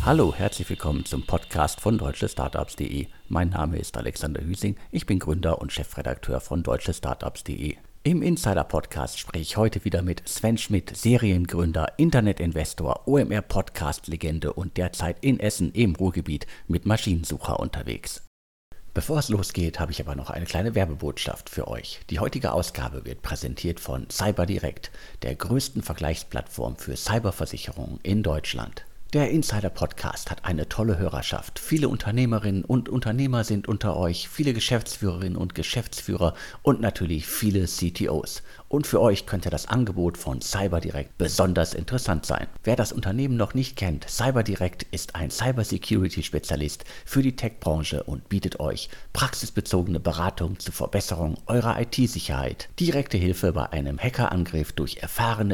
Hallo, herzlich willkommen zum Podcast von deutschestartups.de. Mein Name ist Alexander Hüsing, ich bin Gründer und Chefredakteur von deutschestartups.de. Im Insider-Podcast spreche ich heute wieder mit Sven Schmidt, Seriengründer, Internetinvestor, OMR-Podcast-Legende und derzeit in Essen im Ruhrgebiet mit Maschinensucher unterwegs. Bevor es losgeht, habe ich aber noch eine kleine Werbebotschaft für euch. Die heutige Ausgabe wird präsentiert von CyberDirect, der größten Vergleichsplattform für Cyberversicherungen in Deutschland. Der Insider-Podcast hat eine tolle Hörerschaft. Viele Unternehmerinnen und Unternehmer sind unter euch, viele Geschäftsführerinnen und Geschäftsführer und natürlich viele CTOs. Und für euch könnte das Angebot von CyberDirect besonders interessant sein. Wer das Unternehmen noch nicht kennt, CyberDirect ist ein Cybersecurity-Spezialist für die Tech-Branche und bietet euch praxisbezogene Beratung zur Verbesserung eurer IT-Sicherheit, direkte Hilfe bei einem Hackerangriff durch erfahrene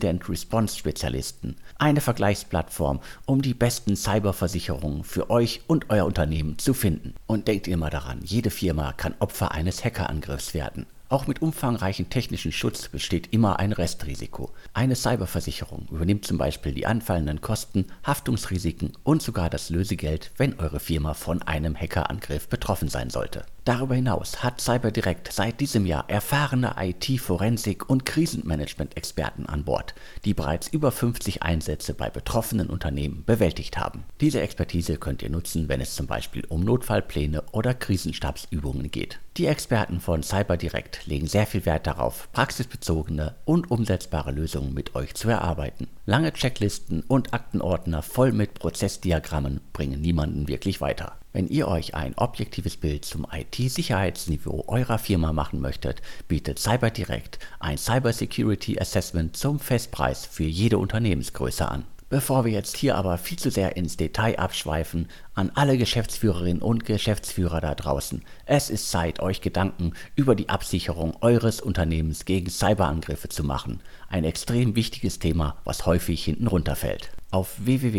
Incident-Response-Spezialisten, eine Vergleichsplattform, um die besten Cyberversicherungen für euch und euer Unternehmen zu finden. Und denkt immer daran, jede Firma kann Opfer eines Hackerangriffs werden. Auch mit umfangreichen technischen Schutz besteht immer ein Restrisiko. Eine Cyberversicherung übernimmt zum Beispiel die anfallenden Kosten, Haftungsrisiken und sogar das Lösegeld, wenn eure Firma von einem Hackerangriff betroffen sein sollte. Darüber hinaus hat CyberDirect seit diesem Jahr erfahrene IT-Forensik- und Krisenmanagement-Experten an Bord, die bereits über 50 Einsätze bei betroffenen Unternehmen bewältigt haben. Diese Expertise könnt ihr nutzen, wenn es zum Beispiel um Notfallpläne oder Krisenstabsübungen geht. Die Experten von CyberDirect legen sehr viel Wert darauf, praxisbezogene und umsetzbare Lösungen mit euch zu erarbeiten. Lange Checklisten und Aktenordner voll mit Prozessdiagrammen bringen niemanden wirklich weiter. Wenn ihr euch ein objektives Bild zum IT-Sicherheitsniveau eurer Firma machen möchtet, bietet CyberDirect ein Cybersecurity Assessment zum Festpreis für jede Unternehmensgröße an. Bevor wir jetzt hier aber viel zu sehr ins Detail abschweifen, an alle Geschäftsführerinnen und Geschäftsführer da draußen, es ist Zeit, euch Gedanken über die Absicherung eures Unternehmens gegen Cyberangriffe zu machen. Ein extrem wichtiges Thema, was häufig hinten runterfällt. Auf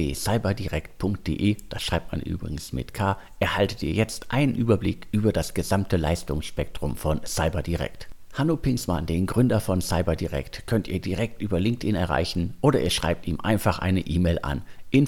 www.cyberdirect.de, das schreibt man übrigens mit K, erhaltet ihr jetzt einen Überblick über das gesamte Leistungsspektrum von CyberDirect. Hanno Pingsmann, den Gründer von CyberDirect, könnt ihr direkt über LinkedIn erreichen oder ihr schreibt ihm einfach eine E-Mail an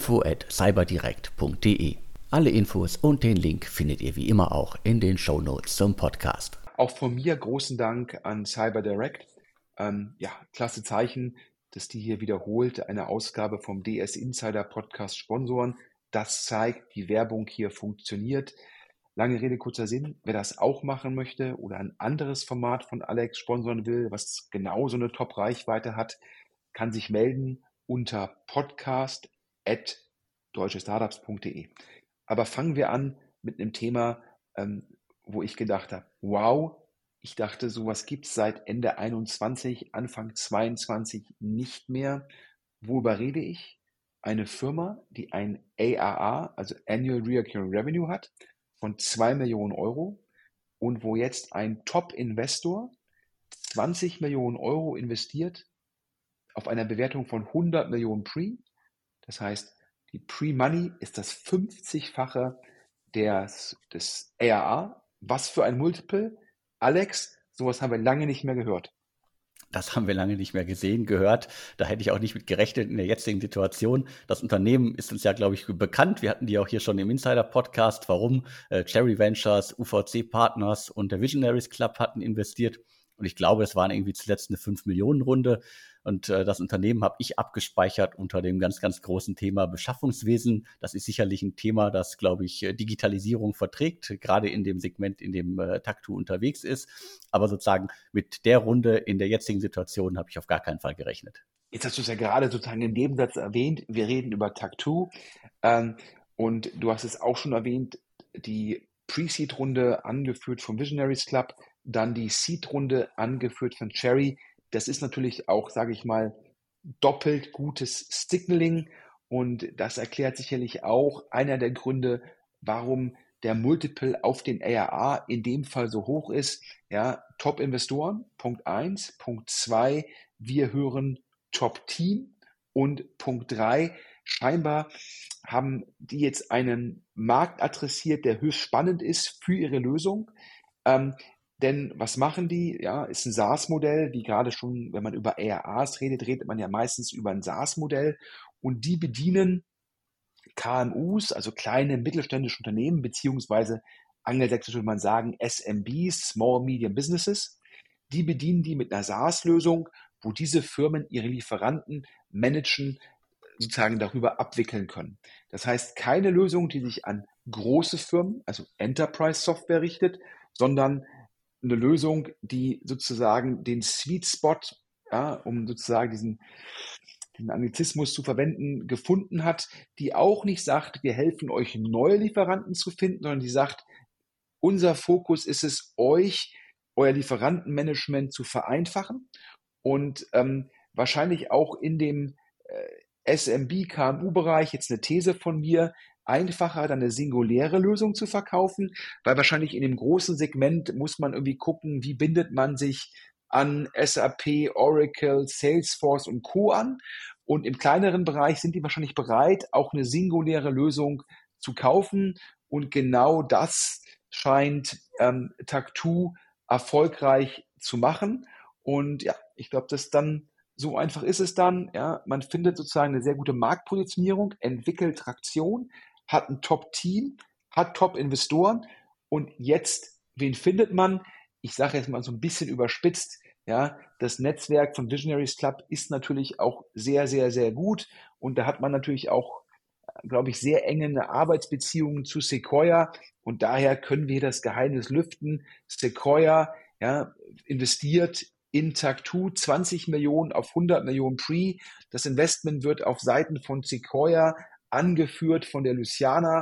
info@cyberdirect.de. Alle Infos und den Link findet ihr wie immer auch in den Shownotes zum Podcast. Auch von mir großen Dank an CyberDirect. Klasse Zeichen, dass die hier wiederholt eine Ausgabe vom DS Insider Podcast sponsoren. Das zeigt, die Werbung hier funktioniert. Lange Rede, kurzer Sinn. Wer das auch machen möchte oder ein anderes Format von Alex sponsoren will, was genauso eine Top-Reichweite hat, kann sich melden unter podcast@deutschestartups.de. Aber fangen wir an mit einem Thema, wo ich gedacht habe, wow, ich dachte, sowas gibt es seit Ende 21, Anfang 22 nicht mehr. Worüber rede ich? Eine Firma, die ein ARR, also Annual Recurring Revenue hat, von 2 Millionen Euro und wo jetzt ein Top-Investor 20 Millionen Euro investiert auf einer Bewertung von 100 Millionen Pre. Das heißt, die Pre-Money ist das 50-fache des ARR. Was für ein Multiple. Alex, sowas haben wir lange nicht mehr gehört. Das haben wir lange nicht mehr gesehen, gehört. Da hätte ich auch nicht mit gerechnet in der jetzigen Situation. Das Unternehmen ist uns ja, glaube ich, bekannt. Wir hatten die auch hier schon im Insider-Podcast. Warum? Cherry Ventures, UVC Partners und der Visionaries Club hatten investiert. Und ich glaube, es waren irgendwie zuletzt eine 5-Millionen-Runde. Und das Unternehmen habe ich abgespeichert unter dem ganz, ganz großen Thema Beschaffungswesen. Das ist sicherlich ein Thema, das, glaube ich, Digitalisierung verträgt, gerade in dem Segment, in dem Taktu unterwegs ist. Aber sozusagen mit der Runde in der jetzigen Situation habe ich auf gar keinen Fall gerechnet. Jetzt hast du es ja gerade sozusagen im Nebensatz erwähnt. Wir reden über Taktu. Und du hast es auch schon erwähnt, die Pre-Seed-Runde angeführt vom Visionaries Club, dann die Seed-Runde angeführt von Cherry. Das ist natürlich auch, sage ich mal, doppelt gutes Signaling und das erklärt sicherlich auch einer der Gründe, warum der Multiple auf den ARR in dem Fall so hoch ist. Ja, Top-Investoren, Punkt 1. Punkt 2, wir hören Top-Team und Punkt 3, scheinbar haben die jetzt einen Markt adressiert, der höchst spannend ist für ihre Lösung. Denn was machen die? Ja, ist ein SaaS-Modell, wie gerade schon, wenn man über ARRs redet, redet man ja meistens über ein SaaS-Modell und die bedienen KMUs, also kleine mittelständische Unternehmen, beziehungsweise angelsächsisch würde man sagen SMBs, Small Medium Businesses. Die bedienen die mit einer SaaS-Lösung, wo diese Firmen ihre Lieferanten managen, sozusagen darüber abwickeln können. Das heißt, keine Lösung, die sich an große Firmen, also Enterprise-Software richtet, sondern eine Lösung, die sozusagen den Sweet Spot, ja, um sozusagen den Anglizismus zu verwenden, gefunden hat, die auch nicht sagt, wir helfen euch neue Lieferanten zu finden, sondern die sagt, unser Fokus ist es, euch euer Lieferantenmanagement zu vereinfachen und wahrscheinlich auch in dem SMB-KMU-Bereich, jetzt eine These von mir, einfacher, dann eine singuläre Lösung zu verkaufen, weil wahrscheinlich in dem großen Segment muss man irgendwie gucken, wie bindet man sich an SAP, Oracle, Salesforce und Co. an. Und im kleineren Bereich sind die wahrscheinlich bereit, auch eine singuläre Lösung zu kaufen. Und genau das scheint Tag2 erfolgreich zu machen. Und ja, ich glaube, dass dann so einfach ist es dann. Ja, man findet sozusagen eine sehr gute Marktpositionierung, entwickelt Traktion, hat ein Top-Team, hat Top-Investoren und jetzt, wen findet man? Ich sage jetzt mal so ein bisschen überspitzt, ja, das Netzwerk von Visionaries Club ist natürlich auch sehr, sehr, sehr gut und da hat man natürlich auch, glaube ich, sehr enge Arbeitsbeziehungen zu Sequoia und daher können wir das Geheimnis lüften. Sequoia, ja, investiert in Tag2 20 Millionen auf 100 Millionen Pre. Das Investment wird auf Seiten von Sequoia angeführt von der Luciana,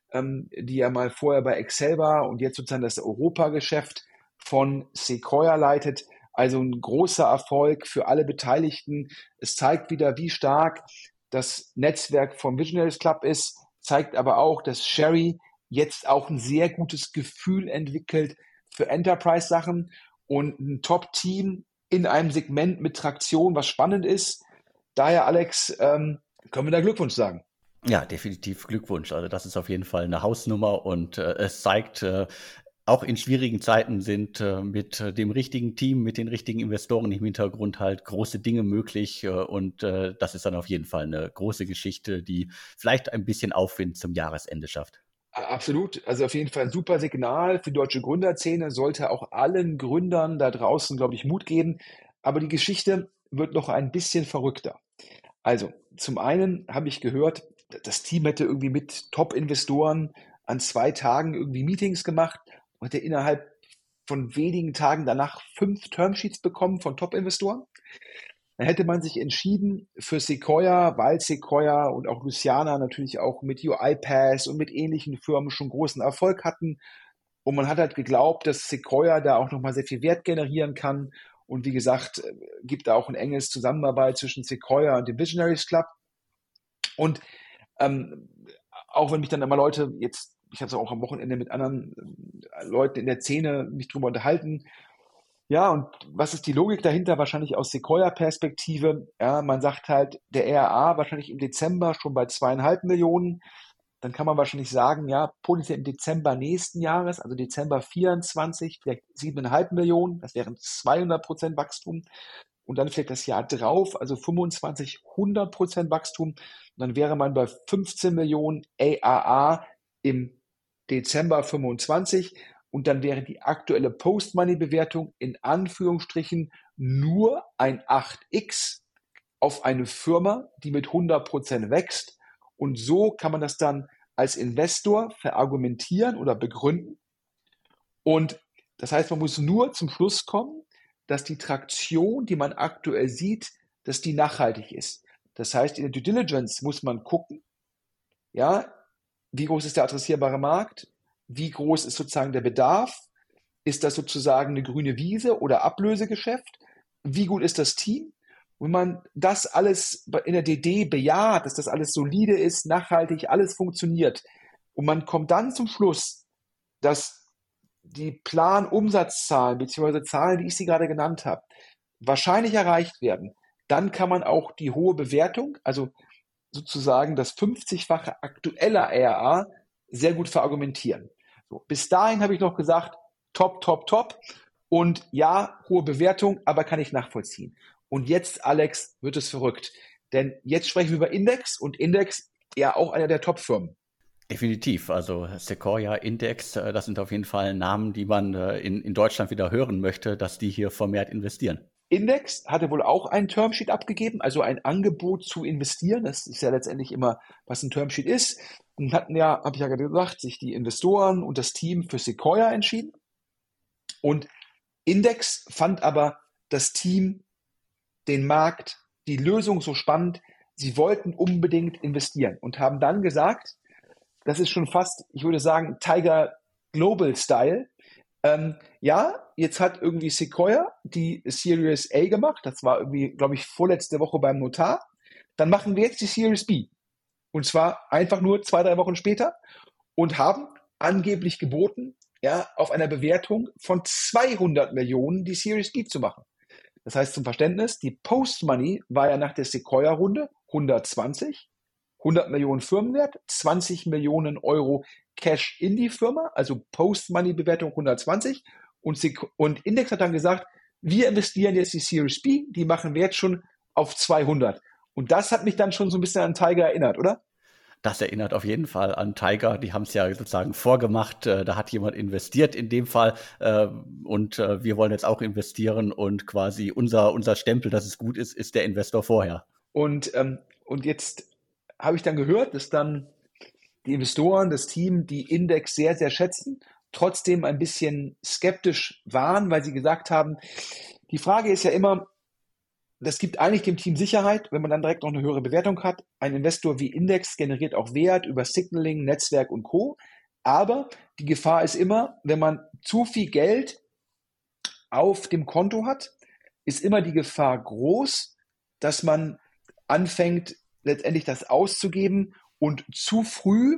die ja mal vorher bei Excel war und jetzt sozusagen das Europageschäft von Sequoia leitet. Also ein großer Erfolg für alle Beteiligten. Es zeigt wieder, wie stark das Netzwerk vom Visionaries Club ist, zeigt aber auch, dass Sherry jetzt auch ein sehr gutes Gefühl entwickelt für Enterprise-Sachen und ein Top-Team in einem Segment mit Traktion, was spannend ist. Daher, Alex, können wir da Glückwunsch sagen. Ja, definitiv Glückwunsch. Also das ist auf jeden Fall eine Hausnummer und es zeigt, auch in schwierigen Zeiten sind mit dem richtigen Team, mit den richtigen Investoren im Hintergrund halt große Dinge möglich und das ist dann auf jeden Fall eine große Geschichte, die vielleicht ein bisschen Aufwind zum Jahresende schafft. Absolut, also auf jeden Fall ein super Signal für die deutsche Gründerszene, sollte auch allen Gründern da draußen, glaube ich, Mut geben. Aber die Geschichte wird noch ein bisschen verrückter. Also, zum einen habe ich gehört, das Team hätte irgendwie mit Top-Investoren an 2 Tagen irgendwie Meetings gemacht und hätte innerhalb von wenigen Tagen danach 5 Termsheets bekommen von Top-Investoren. Dann hätte man sich entschieden für Sequoia, weil Sequoia und auch Luciana natürlich auch mit UiPath und mit ähnlichen Firmen schon großen Erfolg hatten. Und man hat halt geglaubt, dass Sequoia da auch nochmal sehr viel Wert generieren kann. Und wie gesagt, gibt da auch ein enges Zusammenarbeit zwischen Sequoia und dem Visionaries Club. Und auch wenn mich dann immer Leute jetzt, ich habe es auch am Wochenende mit anderen Leuten in der Szene mich drüber unterhalten. Ja, und was ist die Logik dahinter? Wahrscheinlich aus Sequoia-Perspektive. Ja, man sagt halt, der ERA wahrscheinlich im Dezember schon bei 2,5 Millionen. Dann kann man wahrscheinlich sagen, ja, potenziell im Dezember nächsten Jahres, also Dezember 24, vielleicht 7,5 Millionen. Das wären 200% Wachstum. Und dann vielleicht das Jahr drauf, also 25, 100% Wachstum. Und dann wäre man bei 15 Millionen ARA im Dezember 25. Und dann wäre die aktuelle Post-Money-Bewertung in Anführungsstrichen nur ein 8x auf eine Firma, die mit 100% wächst. Und so kann man das dann als Investor verargumentieren oder begründen. Und das heißt, man muss nur zum Schluss kommen, dass die Traktion, die man aktuell sieht, dass die nachhaltig ist. Das heißt, in der Due Diligence muss man gucken, ja, wie groß ist der adressierbare Markt? Wie groß ist sozusagen der Bedarf? Ist das sozusagen eine grüne Wiese oder Ablösegeschäft? Wie gut ist das Team? Wenn man das alles in der DD bejaht, dass das alles solide ist, nachhaltig, alles funktioniert und man kommt dann zum Schluss, dass die Plan-Umsatzzahlen bzw. Zahlen, wie ich sie gerade genannt habe, wahrscheinlich erreicht werden, dann kann man auch die hohe Bewertung, also sozusagen das 50-fache aktueller ARA, sehr gut verargumentieren. So, bis dahin habe ich noch gesagt, top, top, top. Und ja, hohe Bewertung, aber kann ich nachvollziehen. Und jetzt, Alex, wird es verrückt. Denn jetzt sprechen wir über Index und Index ja auch einer der Top-Firmen. Definitiv. Also Sequoia Index, das sind auf jeden Fall Namen, die man in Deutschland wieder hören möchte, dass die hier vermehrt investieren. Index hatte wohl auch ein Termsheet abgegeben, also ein Angebot zu investieren. Das ist ja letztendlich immer, was ein Termsheet ist. Und hatten ja, habe ich ja gerade gesagt, sich die Investoren und das Team für Sequoia entschieden. Und Index fand aber das Team, den Markt, die Lösung so spannend. Sie wollten unbedingt investieren und haben dann gesagt, das ist schon fast, ich würde sagen, Tiger Global Style. Ja, jetzt hat irgendwie Sequoia die Series A gemacht. Das war irgendwie, glaube ich, vorletzte Woche beim Notar. Dann machen wir jetzt die Series B. Und zwar einfach nur 2, 3 Wochen später und haben angeblich geboten, ja, auf einer Bewertung von 200 Millionen die Series B zu machen. Das heißt zum Verständnis, die Post-Money war ja nach der Sequoia-Runde 120, 100 Millionen Firmenwert, 20 Millionen Euro Cash in die Firma, also Post-Money-Bewertung 120. Und Index hat dann gesagt, wir investieren jetzt die Series B, die machen wir jetzt schon auf 200. Und das hat mich dann schon so ein bisschen an Tiger erinnert, oder? Das erinnert auf jeden Fall an Tiger. Die haben es ja sozusagen vorgemacht. Da hat jemand investiert in dem Fall. Und wir wollen jetzt auch investieren. Und quasi unser Stempel, dass es gut ist, ist der Investor vorher. Und jetzt habe ich dann gehört, dass dann die Investoren, das Team, die Index sehr, sehr schätzen, trotzdem ein bisschen skeptisch waren, weil sie gesagt haben, die Frage ist ja immer, das gibt eigentlich dem Team Sicherheit, wenn man dann direkt noch eine höhere Bewertung hat. Ein Investor wie Index generiert auch Wert über Signaling, Netzwerk und Co. Aber die Gefahr ist immer, wenn man zu viel Geld auf dem Konto hat, ist immer die Gefahr groß, dass man anfängt, letztendlich das auszugeben und zu früh,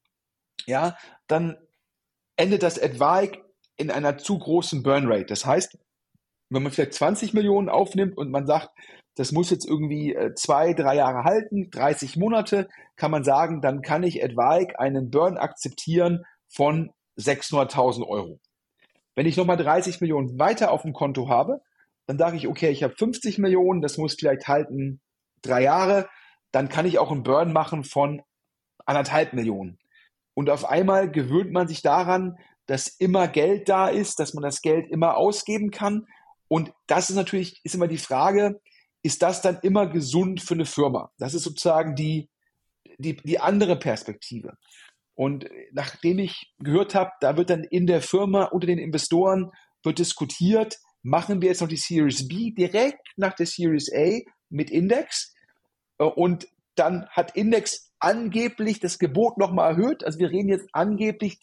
ja, dann endet das etwaig in einer zu großen Burnrate. Das heißt, wenn man vielleicht 20 Millionen aufnimmt und man sagt, das muss jetzt irgendwie 2, 3 Jahre halten, 30 Monate, kann man sagen, dann kann ich etwaig einen Burn akzeptieren von 600.000 Euro. Wenn ich nochmal 30 Millionen weiter auf dem Konto habe, dann sage ich, okay, ich habe 50 Millionen, das muss vielleicht halten 3 Jahre, dann kann ich auch einen Burn machen von 1,5 Millionen. Und auf einmal gewöhnt man sich daran, dass immer Geld da ist, dass man das Geld immer ausgeben kann. Und das ist natürlich, ist immer die Frage, ist das dann immer gesund für eine Firma? Das ist sozusagen die andere Perspektive. Und nachdem ich gehört habe, da wird dann in der Firma unter den Investoren wird diskutiert, machen wir jetzt noch die Series B direkt nach der Series A mit Index. Und dann hat Index angeblich das Gebot nochmal erhöht. Also wir reden jetzt angeblich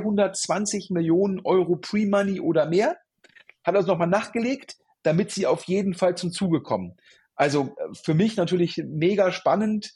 220 Millionen Euro Pre-Money oder mehr. Hat also nochmal nachgelegt, damit sie auf jeden Fall zum Zuge kommen. Also für mich natürlich mega spannend,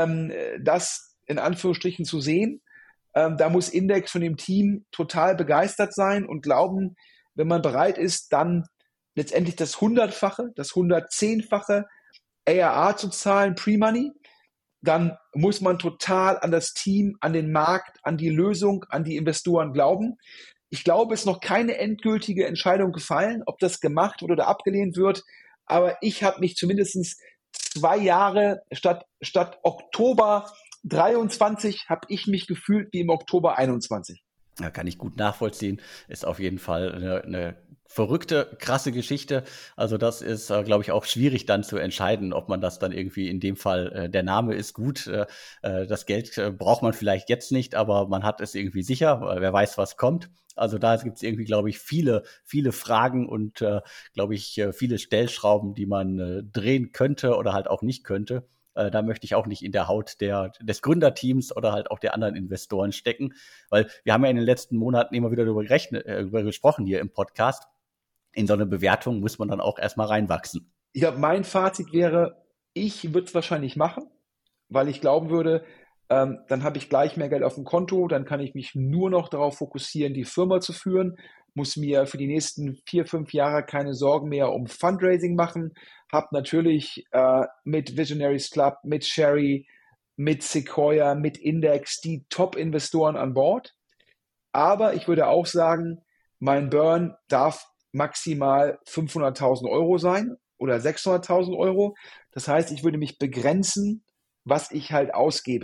das in Anführungsstrichen zu sehen. Da muss Index von dem Team total begeistert sein und glauben, wenn man bereit ist, dann letztendlich das 100-fache, das 110-fache ARR zu zahlen, Pre-Money, dann muss man total an das Team, an den Markt, an die Lösung, an die Investoren glauben. Ich glaube, es ist noch keine endgültige Entscheidung gefallen, ob das gemacht wird oder abgelehnt wird. Aber ich habe mich zumindest 2 Jahre statt Oktober 23 habe ich mich gefühlt wie im Oktober 21. Ja, kann ich gut nachvollziehen. Ist auf jeden Fall eine verrückte, krasse Geschichte. Also das ist, glaube ich, auch schwierig dann zu entscheiden, ob man das dann irgendwie in dem Fall, der Name ist gut, das Geld braucht man vielleicht jetzt nicht, aber man hat es irgendwie sicher, weil wer weiß, was kommt. Also da gibt es irgendwie, glaube ich, viele, viele Fragen und, glaube ich, viele Stellschrauben, die man drehen könnte oder halt auch nicht könnte. Da möchte ich auch nicht in der Haut des Gründerteams oder halt auch der anderen Investoren stecken, weil wir haben ja in den letzten Monaten immer wieder darüber gesprochen hier im Podcast. In so eine Bewertung muss man dann auch erstmal reinwachsen. Ja, mein Fazit wäre, ich würde es wahrscheinlich machen, weil ich glauben würde, dann habe ich gleich mehr Geld auf dem Konto, dann kann ich mich nur noch darauf fokussieren, die Firma zu führen, muss mir für die nächsten 4, 5 Jahre keine Sorgen mehr um Fundraising machen, habe natürlich mit Visionaries Club, mit Sherry, mit Sequoia, mit Index die Top-Investoren an Bord. Aber ich würde auch sagen, mein Burn darf maximal 500.000 Euro sein oder 600.000 Euro. Das heißt, ich würde mich begrenzen, was ich halt ausgebe.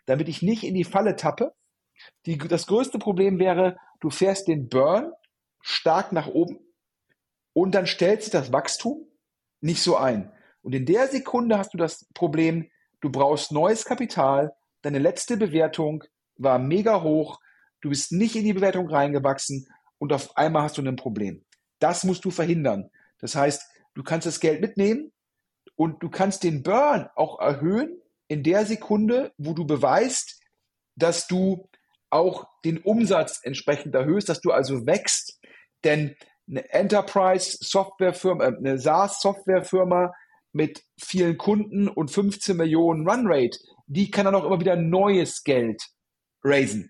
damit ich nicht in die Falle tappe. Das größte Problem wäre, du fährst den Burn stark nach oben und dann stellt sich das Wachstum nicht so ein. Und in der Sekunde hast du das Problem, du brauchst neues Kapital, deine letzte Bewertung war mega hoch, du bist nicht in die Bewertung reingewachsen und auf einmal hast du ein Problem. Das musst du verhindern. Das heißt, du kannst das Geld mitnehmen und du kannst den Burn auch erhöhen in der Sekunde, wo du beweist, dass du auch den Umsatz entsprechend erhöhst, dass du also wächst. Denn eine Enterprise-Softwarefirma, eine SaaS-Softwarefirma mit vielen Kunden und 15 Millionen Runrate, die kann dann auch immer wieder neues Geld raisen.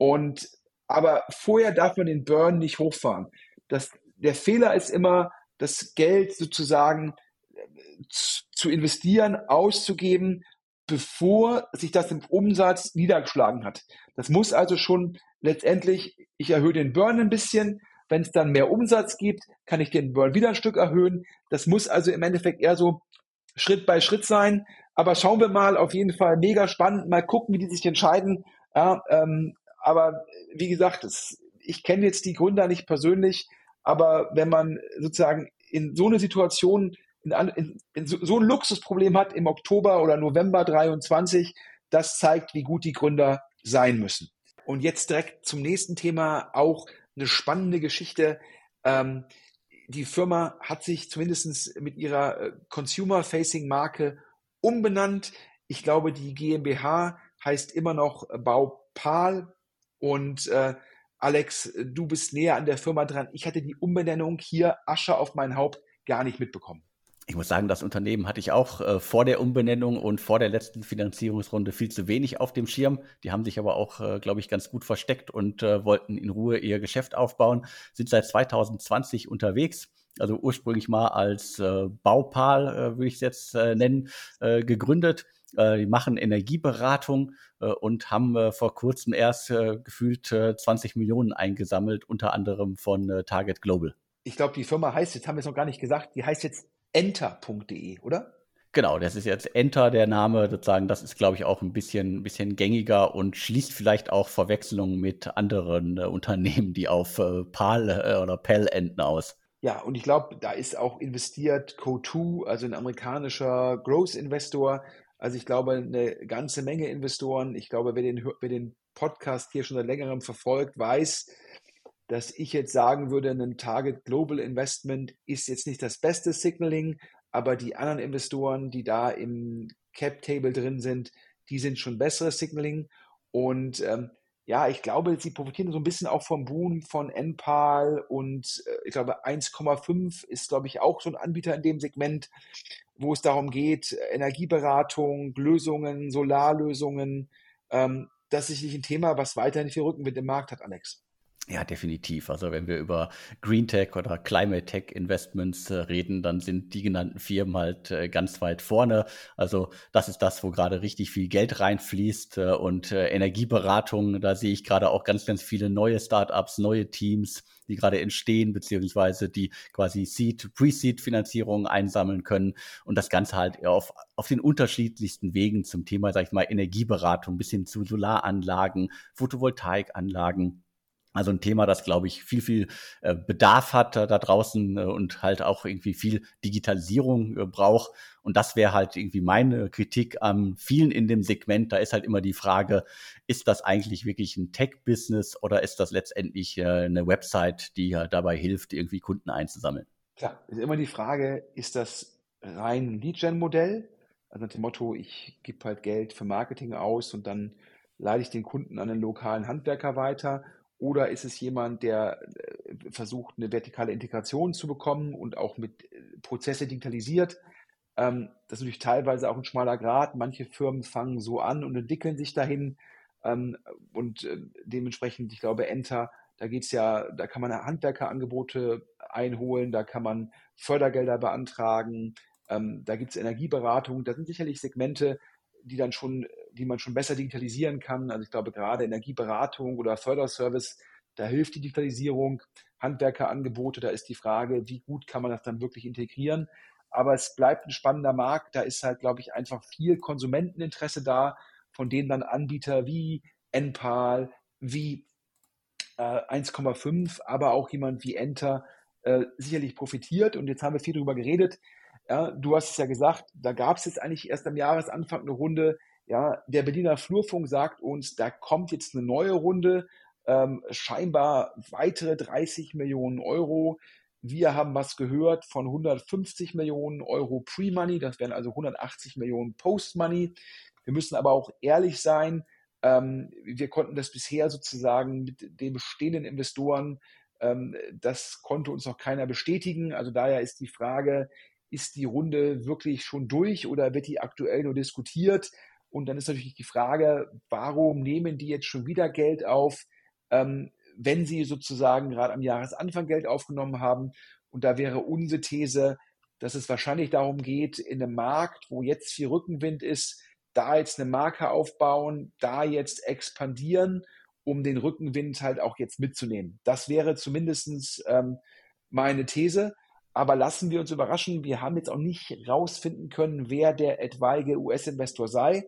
Aber vorher darf man den Burn nicht hochfahren. Der Fehler ist immer, das Geld sozusagen zu investieren, auszugeben, bevor sich das im Umsatz niedergeschlagen hat. Das muss also schon letztendlich, ich erhöhe den Burn ein bisschen, wenn es dann mehr Umsatz gibt, kann ich den Burn wieder ein Stück erhöhen. Das muss also im Endeffekt eher so Schritt bei Schritt sein. Aber schauen wir mal, auf jeden Fall mega spannend. Mal gucken, wie die sich entscheiden. Ja, aber wie gesagt, ich kenne jetzt die Gründer nicht persönlich, aber wenn man sozusagen in so eine Situation, in so ein Luxusproblem hat im Oktober oder November 23, das zeigt, wie gut die Gründer sein müssen. Und jetzt direkt zum nächsten Thema, auch eine spannende Geschichte. Die Firma hat sich zumindest mit ihrer Consumer-Facing-Marke umbenannt. Ich glaube, die GmbH heißt immer noch Baupal. Und Alex, du bist näher an der Firma dran. Ich hatte die Umbenennung hier, Asche auf mein Haupt, gar nicht mitbekommen. Ich muss sagen, das Unternehmen hatte ich auch vor der Umbenennung und vor der letzten Finanzierungsrunde viel zu wenig auf dem Schirm. Die haben sich aber auch, glaube ich, ganz gut versteckt und wollten in Ruhe ihr Geschäft aufbauen, sind seit 2020 unterwegs. Also ursprünglich mal als Baupal, würde ich es jetzt nennen, gegründet. Die machen Energieberatung und haben vor kurzem erst gefühlt 20 Millionen eingesammelt, unter anderem von Target Global. Ich glaube, die Firma heißt, jetzt haben wir es noch gar nicht gesagt, die heißt jetzt enter.de, oder? Genau, das ist jetzt Enter der Name, sozusagen, das ist, glaube ich, auch ein bisschen gängiger und schließt vielleicht auch Verwechslungen mit anderen Unternehmen, die auf PAL oder PEL enden aus. Ja, und ich glaube, da ist auch investiert Co2, also ein amerikanischer Growth-Investor. Also ich glaube, eine ganze Menge Investoren. Ich glaube, wer den Podcast hier schon seit längerem verfolgt, weiß, dass ich jetzt sagen würde, ein Target Global Investment ist jetzt nicht das beste Signaling, aber die anderen Investoren, die da im Cap Table drin sind, die sind schon besseres Signaling. Und ja, ich glaube, sie profitieren so ein bisschen auch vom Boom von Enpal und ich glaube 1,5 ist, glaube ich, auch so ein Anbieter in dem Segment, wo es darum geht, Energieberatung, Lösungen, Solarlösungen. Das ist sicherlich ein Thema, was weiterhin viel Rückenwind im Markt hat, Alex. Ja, definitiv. Also wenn wir über Green Tech oder Climate Tech Investments reden, dann sind die genannten Firmen halt ganz weit vorne. Also das ist das, wo gerade richtig viel Geld reinfließt und Energieberatung, da sehe ich gerade auch ganz viele neue Startups, neue Teams, die gerade entstehen, beziehungsweise die quasi Pre-Seed-Finanzierungen einsammeln können und das Ganze halt auf den unterschiedlichsten Wegen zum Thema, sag ich mal, Energieberatung bis hin zu Solaranlagen, Photovoltaikanlagen. Also ein Thema, das, glaube ich, viel Bedarf hat da draußen und halt auch irgendwie viel Digitalisierung braucht. Und das wäre halt irgendwie meine Kritik an vielen in dem Segment. Da ist halt immer die Frage, ist das eigentlich wirklich ein Tech-Business oder ist das letztendlich eine Website, die dabei hilft, irgendwie Kunden einzusammeln? Klar, ist immer die Frage, ist das rein ein Lead-Gen-Modell? Also nach dem Motto, ich gebe halt Geld für Marketing aus und dann leite ich den Kunden an einen lokalen Handwerker weiter. Oder ist es jemand, der versucht, eine vertikale Integration zu bekommen und auch mit Prozesse digitalisiert? Das ist natürlich teilweise auch ein schmaler Grat. Manche Firmen fangen so an und entwickeln sich dahin. Und dementsprechend, ich glaube, Enter, da geht's ja, da kann man Handwerkerangebote einholen, da kann man Fördergelder beantragen, da gibt es Energieberatung, da sind sicherlich Segmente, die man schon besser digitalisieren kann. Also ich glaube, gerade Energieberatung oder Förderservice, da hilft die Digitalisierung. Handwerkerangebote, da ist die Frage, wie gut kann man das dann wirklich integrieren. Aber es bleibt ein spannender Markt. Da ist halt, glaube ich, einfach viel Konsumenteninteresse da, von denen dann Anbieter wie Enpal, wie 1,5, aber auch jemand wie Enter sicherlich profitiert. Und jetzt haben wir viel darüber geredet. Ja, du hast es ja gesagt, da gab es jetzt eigentlich erst am Jahresanfang eine Runde. Ja, der Berliner Flurfunk sagt uns, da kommt jetzt eine neue Runde, scheinbar weitere 30 Millionen Euro. Wir haben was gehört von 150 Millionen Euro Pre-Money, das wären also 180 Millionen Post-Money. Wir müssen aber auch ehrlich sein, wir konnten das bisher sozusagen mit den bestehenden Investoren, das konnte uns noch keiner bestätigen. Also daher ist die Frage, ist die Runde wirklich schon durch oder wird die aktuell nur diskutiert? Und dann ist natürlich die Frage, warum nehmen die jetzt schon wieder Geld auf, wenn sie sozusagen gerade am Jahresanfang Geld aufgenommen haben? Und da wäre unsere These, dass es wahrscheinlich darum geht, in einem Markt, wo jetzt viel Rückenwind ist, da jetzt eine Marke aufbauen, da jetzt expandieren, um den Rückenwind halt auch jetzt mitzunehmen. Das wäre zumindest meine These. Aber lassen wir uns überraschen, wir haben jetzt auch nicht rausfinden können, wer der etwaige US-Investor sei.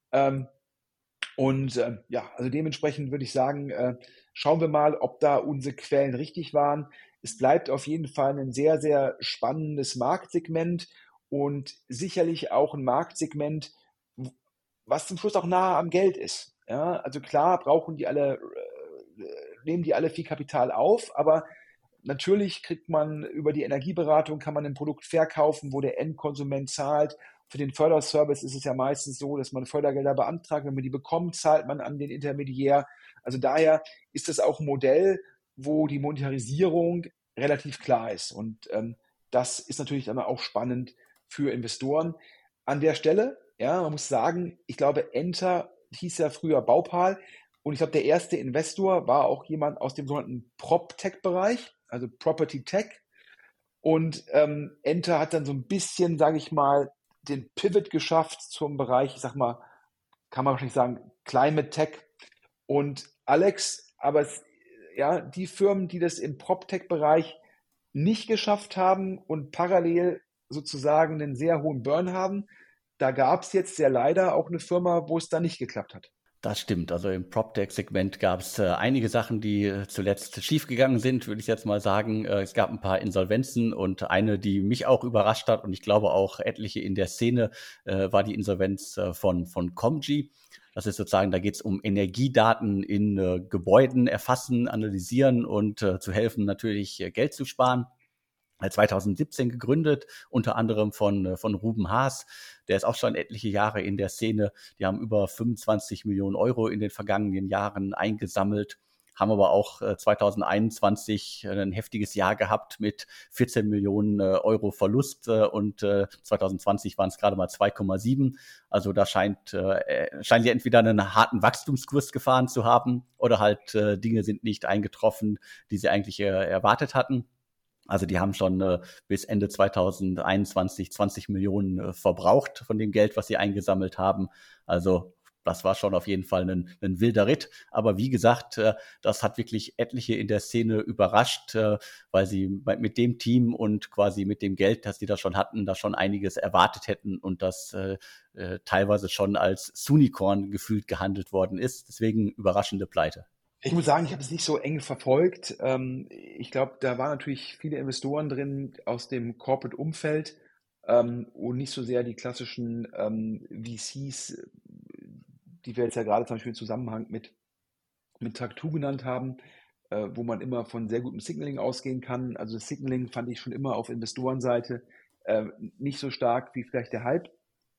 Ja, also dementsprechend würde ich sagen, schauen wir mal, ob da unsere Quellen richtig waren. Es bleibt auf jeden Fall ein sehr, sehr spannendes Marktsegment und sicherlich auch ein Marktsegment, was zum Schluss auch nahe am Geld ist. Ja, also klar brauchen die alle, nehmen die alle viel Kapital auf, aber natürlich kriegt man über die Energieberatung, kann man ein Produkt verkaufen, wo der Endkonsument zahlt. Für den Förderservice ist es ja meistens so, dass man Fördergelder beantragt. Wenn man die bekommt, zahlt man an den Intermediär. Also daher ist das auch ein Modell, wo die Monetarisierung relativ klar ist. Und das ist natürlich dann auch spannend für Investoren. An der Stelle, ja, man muss sagen, ich glaube, Enter hieß ja früher Baupal. Und ich glaube, der erste Investor war auch jemand aus dem sogenannten PropTech-Bereich, also Property Tech. Und Enter hat dann so ein bisschen, sage ich mal, den Pivot geschafft zum Bereich, ich sag mal, kann man wahrscheinlich sagen, Climate Tech. Und Alex, aber ja, die Firmen, die das im PropTech-Bereich nicht geschafft haben und parallel sozusagen einen sehr hohen Burn haben, da gab es jetzt sehr leider auch eine Firma, wo es da nicht geklappt hat. Das stimmt. Also im PropTech-Segment gab es einige Sachen, die zuletzt schiefgegangen sind, würde ich jetzt mal sagen. Es gab ein paar Insolvenzen und eine, die mich auch überrascht hat und ich glaube auch etliche in der Szene, war die Insolvenz von Comgy. Das ist sozusagen, da geht es um Energiedaten in Gebäuden erfassen, analysieren und zu helfen, natürlich Geld zu sparen. 2017 gegründet, unter anderem von Ruben Haas. Der ist auch schon etliche Jahre in der Szene. Die haben über 25 Millionen Euro in den vergangenen Jahren eingesammelt, haben aber auch 2021 ein heftiges Jahr gehabt mit 14 Millionen Euro Verlust und 2020 waren es gerade mal 2,7. Also da scheinen sie entweder einen harten Wachstumskurs gefahren zu haben oder halt Dinge sind nicht eingetroffen, die sie eigentlich erwartet hatten. Also die haben schon bis Ende 2021 20 Millionen verbraucht von dem Geld, was sie eingesammelt haben. Also das war schon auf jeden Fall ein wilder Ritt. Aber wie gesagt, das hat wirklich etliche in der Szene überrascht, weil sie mit dem Team und quasi mit dem Geld, das sie da schon hatten, da schon einiges erwartet hätten und das teilweise schon als Sunicorn gefühlt gehandelt worden ist. Deswegen überraschende Pleite. Ich muss sagen, ich habe es nicht so eng verfolgt. Ich glaube, da waren natürlich viele Investoren drin aus dem Corporate-Umfeld und nicht so sehr die klassischen VCs, die wir jetzt ja gerade zum Beispiel im Zusammenhang mit Tag2 genannt haben, wo man immer von sehr gutem Signaling ausgehen kann. Also das Signaling fand ich schon immer auf Investorenseite nicht so stark wie vielleicht der Hype.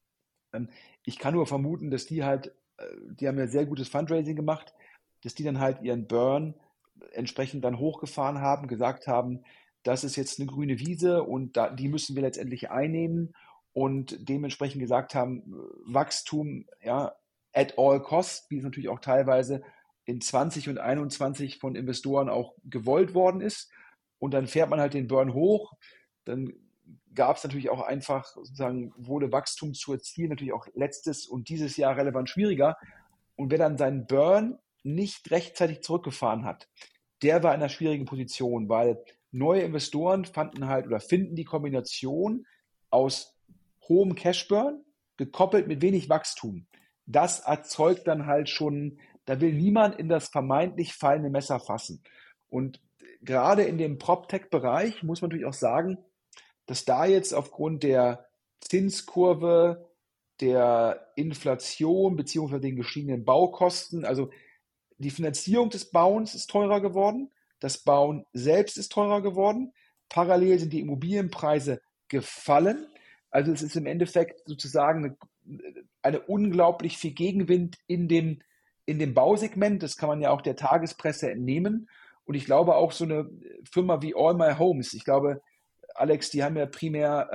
Ich kann nur vermuten, dass die halt, die haben ja sehr gutes Fundraising gemacht, dass die dann halt ihren Burn entsprechend dann hochgefahren haben, gesagt haben, das ist jetzt eine grüne Wiese und die müssen wir letztendlich einnehmen und dementsprechend gesagt haben, Wachstum, ja, at all cost, wie es natürlich auch teilweise in 20 und 21 von Investoren auch gewollt worden ist. Und dann fährt man halt den Burn hoch, dann gab es natürlich auch einfach, sozusagen, wurde Wachstum zu erzielen, natürlich auch letztes und dieses Jahr relevant schwieriger. Und wer dann seinen Burn nicht rechtzeitig zurückgefahren hat, der war in einer schwierigen Position, weil neue Investoren fanden halt oder finden die Kombination aus hohem Cashburn gekoppelt mit wenig Wachstum das erzeugt dann halt schon, da will niemand in das vermeintlich fallende Messer fassen. Und gerade in dem PropTech-Bereich muss man natürlich auch sagen, dass da jetzt aufgrund der Zinskurve, der Inflation beziehungsweise den gestiegenen Baukosten, also die Finanzierung des Bauens ist teurer geworden, das Bauen selbst ist teurer geworden, parallel sind die Immobilienpreise gefallen. Also es ist im Endeffekt sozusagen eine unglaublich viel Gegenwind in dem Bausegment. Das kann man ja auch der Tagespresse entnehmen. Und ich glaube auch so eine Firma wie All My Homes, ich glaube, Alex, die haben ja primär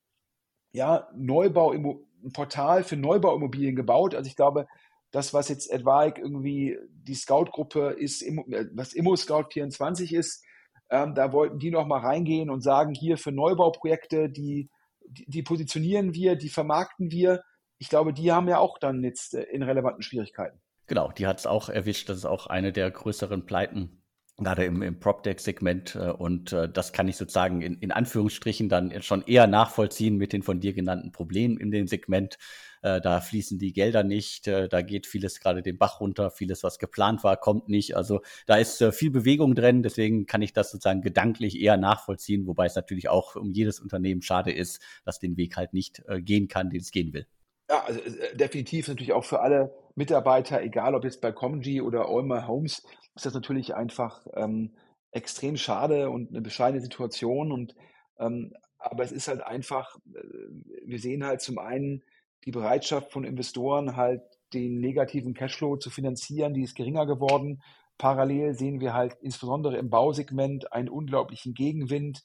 ein Portal für Neubauimmobilien gebaut. Also ich glaube, das, was jetzt Advic irgendwie die Scout-Gruppe ist, was ImmoScout24 ist, da wollten die noch mal reingehen und sagen, hier für Neubauprojekte, die positionieren wir, die vermarkten wir. Ich glaube, die haben ja auch dann jetzt in relevanten Schwierigkeiten. Genau, die hat es auch erwischt. Das ist auch eine der größeren Pleiten, gerade im PropTech-Segment. Und das kann ich sozusagen in Anführungsstrichen dann schon eher nachvollziehen mit den von dir genannten Problemen in dem Segment. Da fließen die Gelder nicht, da geht vieles gerade den Bach runter, vieles, was geplant war, kommt nicht. Also da ist viel Bewegung drin, deswegen kann ich das sozusagen gedanklich eher nachvollziehen, wobei es natürlich auch um jedes Unternehmen schade ist, dass den Weg halt nicht gehen kann, den es gehen will. Ja, also definitiv natürlich auch für alle Mitarbeiter, egal ob jetzt bei Comgy oder All My Homes, ist das natürlich einfach extrem schade und eine bescheidene Situation. Aber es ist halt einfach, wir sehen halt zum einen die Bereitschaft von Investoren, halt den negativen Cashflow zu finanzieren, die ist geringer geworden. Parallel sehen wir halt insbesondere im Bausegment einen unglaublichen Gegenwind.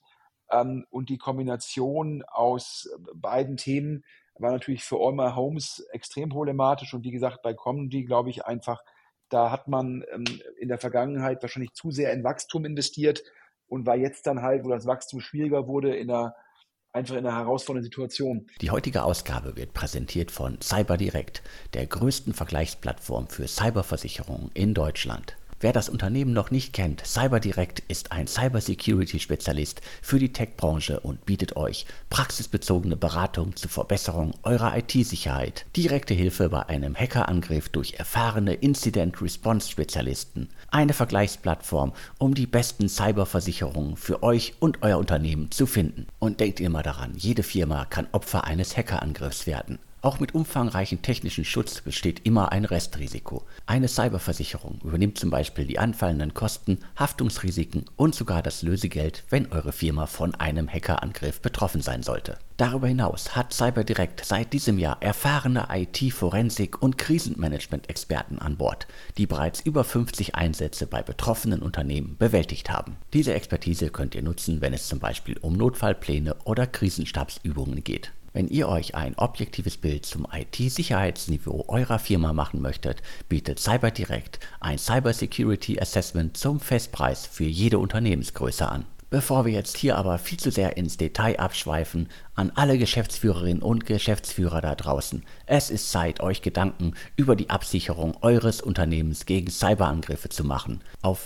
Und die Kombination aus beiden Themen war natürlich für All My Homes extrem problematisch. Und wie gesagt, bei Comedy glaube ich einfach, da hat man in der Vergangenheit wahrscheinlich zu sehr in Wachstum investiert und war jetzt dann halt, wo das Wachstum schwieriger wurde, einfach in einer herausfordernden Situation. Die heutige Ausgabe wird präsentiert von CyberDirect, der größten Vergleichsplattform für Cyberversicherungen in Deutschland. Wer das Unternehmen noch nicht kennt, CyberDirect ist ein Cybersecurity-Spezialist für die Tech-Branche und bietet euch praxisbezogene Beratung zur Verbesserung eurer IT-Sicherheit, direkte Hilfe bei einem Hackerangriff durch erfahrene Incident-Response-Spezialisten, eine Vergleichsplattform, um die besten Cyberversicherungen für euch und euer Unternehmen zu finden. Und denkt immer daran, jede Firma kann Opfer eines Hackerangriffs werden. Auch mit umfangreichen technischen Schutz besteht immer ein Restrisiko. Eine Cyberversicherung übernimmt zum Beispiel die anfallenden Kosten, Haftungsrisiken und sogar das Lösegeld, wenn eure Firma von einem Hackerangriff betroffen sein sollte. Darüber hinaus hat CyberDirect seit diesem Jahr erfahrene IT-Forensik- und Krisenmanagement-Experten an Bord, die bereits über 50 Einsätze bei betroffenen Unternehmen bewältigt haben. Diese Expertise könnt ihr nutzen, wenn es zum Beispiel um Notfallpläne oder Krisenstabsübungen geht. Wenn ihr euch ein objektives Bild zum IT-Sicherheitsniveau eurer Firma machen möchtet, bietet CyberDirect ein Cybersecurity Assessment zum Festpreis für jede Unternehmensgröße an. Bevor wir jetzt hier aber viel zu sehr ins Detail abschweifen, an alle Geschäftsführerinnen und Geschäftsführer da draußen, es ist Zeit, euch Gedanken über die Absicherung eures Unternehmens gegen Cyberangriffe zu machen. Auf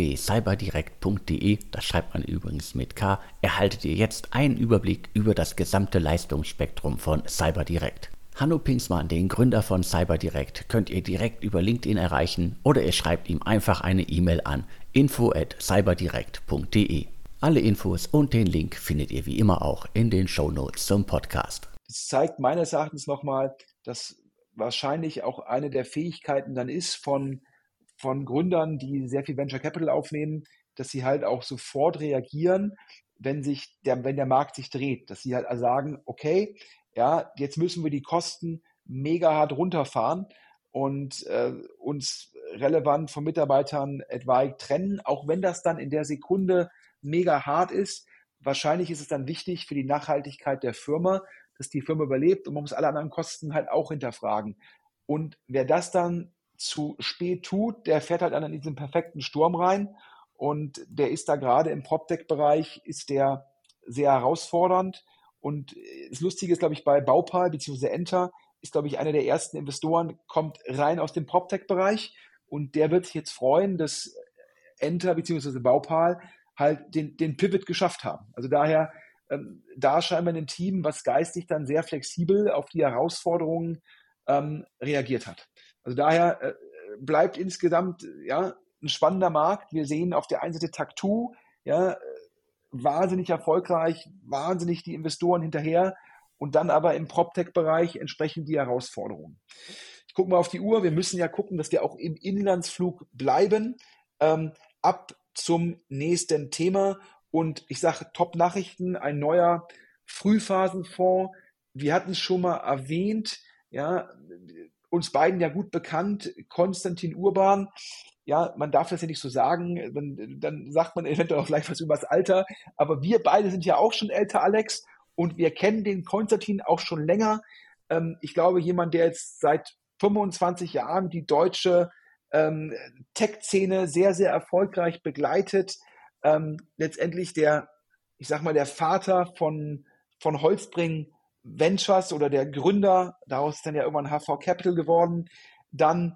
www.cyberdirect.de, das schreibt man übrigens mit K, erhaltet ihr jetzt einen Überblick über das gesamte Leistungsspektrum von CyberDirect. Hanno Pingsmann, den Gründer von CyberDirect, könnt ihr direkt über LinkedIn erreichen oder ihr schreibt ihm einfach eine E-Mail an info@cyberdirect.de. Alle Infos und den Link findet ihr wie immer auch in den Shownotes zum Podcast. Das zeigt meines Erachtens nochmal, dass wahrscheinlich auch eine der Fähigkeiten dann ist von Gründern, die sehr viel Venture Capital aufnehmen, dass sie halt auch sofort reagieren, wenn der Markt sich dreht. Dass sie halt sagen, okay, ja, jetzt müssen wir die Kosten mega hart runterfahren und uns relevant von Mitarbeitern etwaig trennen, auch wenn das dann in der Sekunde mega hart ist. Wahrscheinlich ist es dann wichtig für die Nachhaltigkeit der Firma, dass die Firma überlebt und man muss alle anderen Kosten halt auch hinterfragen. Und wer das dann zu spät tut, der fährt halt dann in diesen perfekten Sturm rein und der ist da gerade im PropTech-Bereich, ist der sehr herausfordernd. Und das Lustige ist, glaube ich, bei Baupal bzw. Enter ist, glaube ich, einer der ersten Investoren, kommt rein aus dem PropTech-Bereich und der wird sich jetzt freuen, dass Enter bzw. Baupal halt den Pivot geschafft haben. Also daher, da scheinbar ein Team, was geistig dann sehr flexibel auf die Herausforderungen reagiert hat. Also daher bleibt insgesamt ein spannender Markt. Wir sehen auf der einen Seite Tag2, wahnsinnig erfolgreich, wahnsinnig die Investoren hinterher und dann aber im PropTech-Bereich entsprechend die Herausforderungen. Ich gucke mal auf die Uhr. Wir müssen ja gucken, dass wir auch im Inlandsflug bleiben. Ab zum nächsten Thema. Und ich sage Top-Nachrichten, ein neuer Frühphasenfonds. Wir hatten es schon mal erwähnt, uns beiden ja gut bekannt, Konstantin Urban. Ja, man darf das ja nicht so sagen, dann sagt man eventuell auch gleich was über das Alter. Aber wir beide sind ja auch schon älter, Alex, und wir kennen den Konstantin auch schon länger. Ich glaube, jemand, der jetzt seit 25 Jahren die deutsche Tech-Szene sehr, sehr erfolgreich begleitet. Letztendlich der Vater von Holzbring Ventures oder der Gründer, daraus ist dann ja irgendwann HV Capital geworden, dann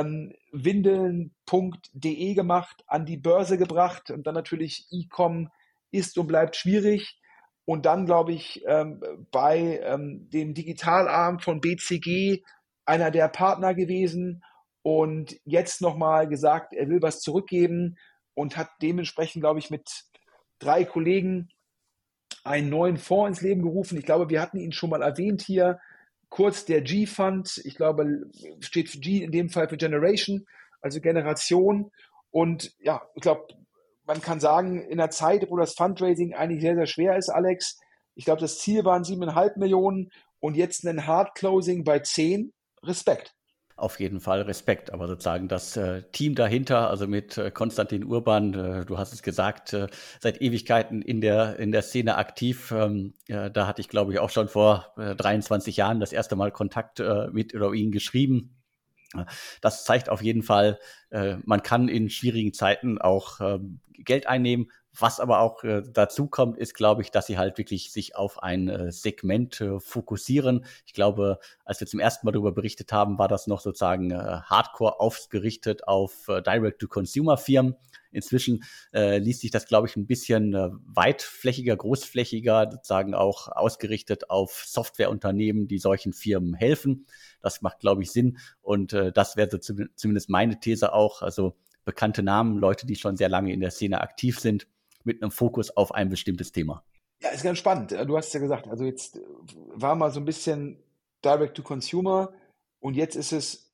windeln.de gemacht, an die Börse gebracht und dann natürlich E-Com ist und bleibt schwierig. Und dann, glaube ich, bei dem Digitalarm von BCG einer der Partner gewesen und jetzt nochmal gesagt, er will was zurückgeben und hat dementsprechend, glaube ich, mit 3 Kollegen einen neuen Fonds ins Leben gerufen. Ich glaube, wir hatten ihn schon mal erwähnt hier. Kurz der G-Fund, ich glaube, steht für G in dem Fall für Generation, also Generation. Und ja, ich glaube, man kann sagen, in einer Zeit, wo das Fundraising eigentlich sehr, sehr schwer ist, Alex, ich glaube, das Ziel waren 7,5 Millionen und jetzt ein Hard Closing bei 10. Respekt. Auf jeden Fall Respekt, aber sozusagen das Team dahinter, also mit Konstantin Urban, du hast es gesagt, seit Ewigkeiten in der Szene aktiv. Da hatte ich, glaube ich, auch schon vor 23 Jahren das erste Mal Kontakt mit oder ihn geschrieben. Das zeigt auf jeden Fall, man kann in schwierigen Zeiten auch Geld einnehmen. Was aber auch dazu kommt, ist, glaube ich, dass sie halt wirklich sich auf ein Segment fokussieren. Ich glaube, als wir zum ersten Mal darüber berichtet haben, war das noch sozusagen hardcore ausgerichtet auf Direct-to-Consumer-Firmen. Inzwischen liest sich das, glaube ich, ein bisschen weitflächiger, großflächiger, sozusagen auch ausgerichtet auf Softwareunternehmen, die solchen Firmen helfen. Das macht, glaube ich, Sinn. Und das wäre so zumindest meine These auch. Also bekannte Namen, Leute, die schon sehr lange in der Szene aktiv sind, mit einem Fokus auf ein bestimmtes Thema. Ja, ist ganz spannend. Du hast es ja gesagt, also jetzt war mal so ein bisschen Direct to Consumer und jetzt ist es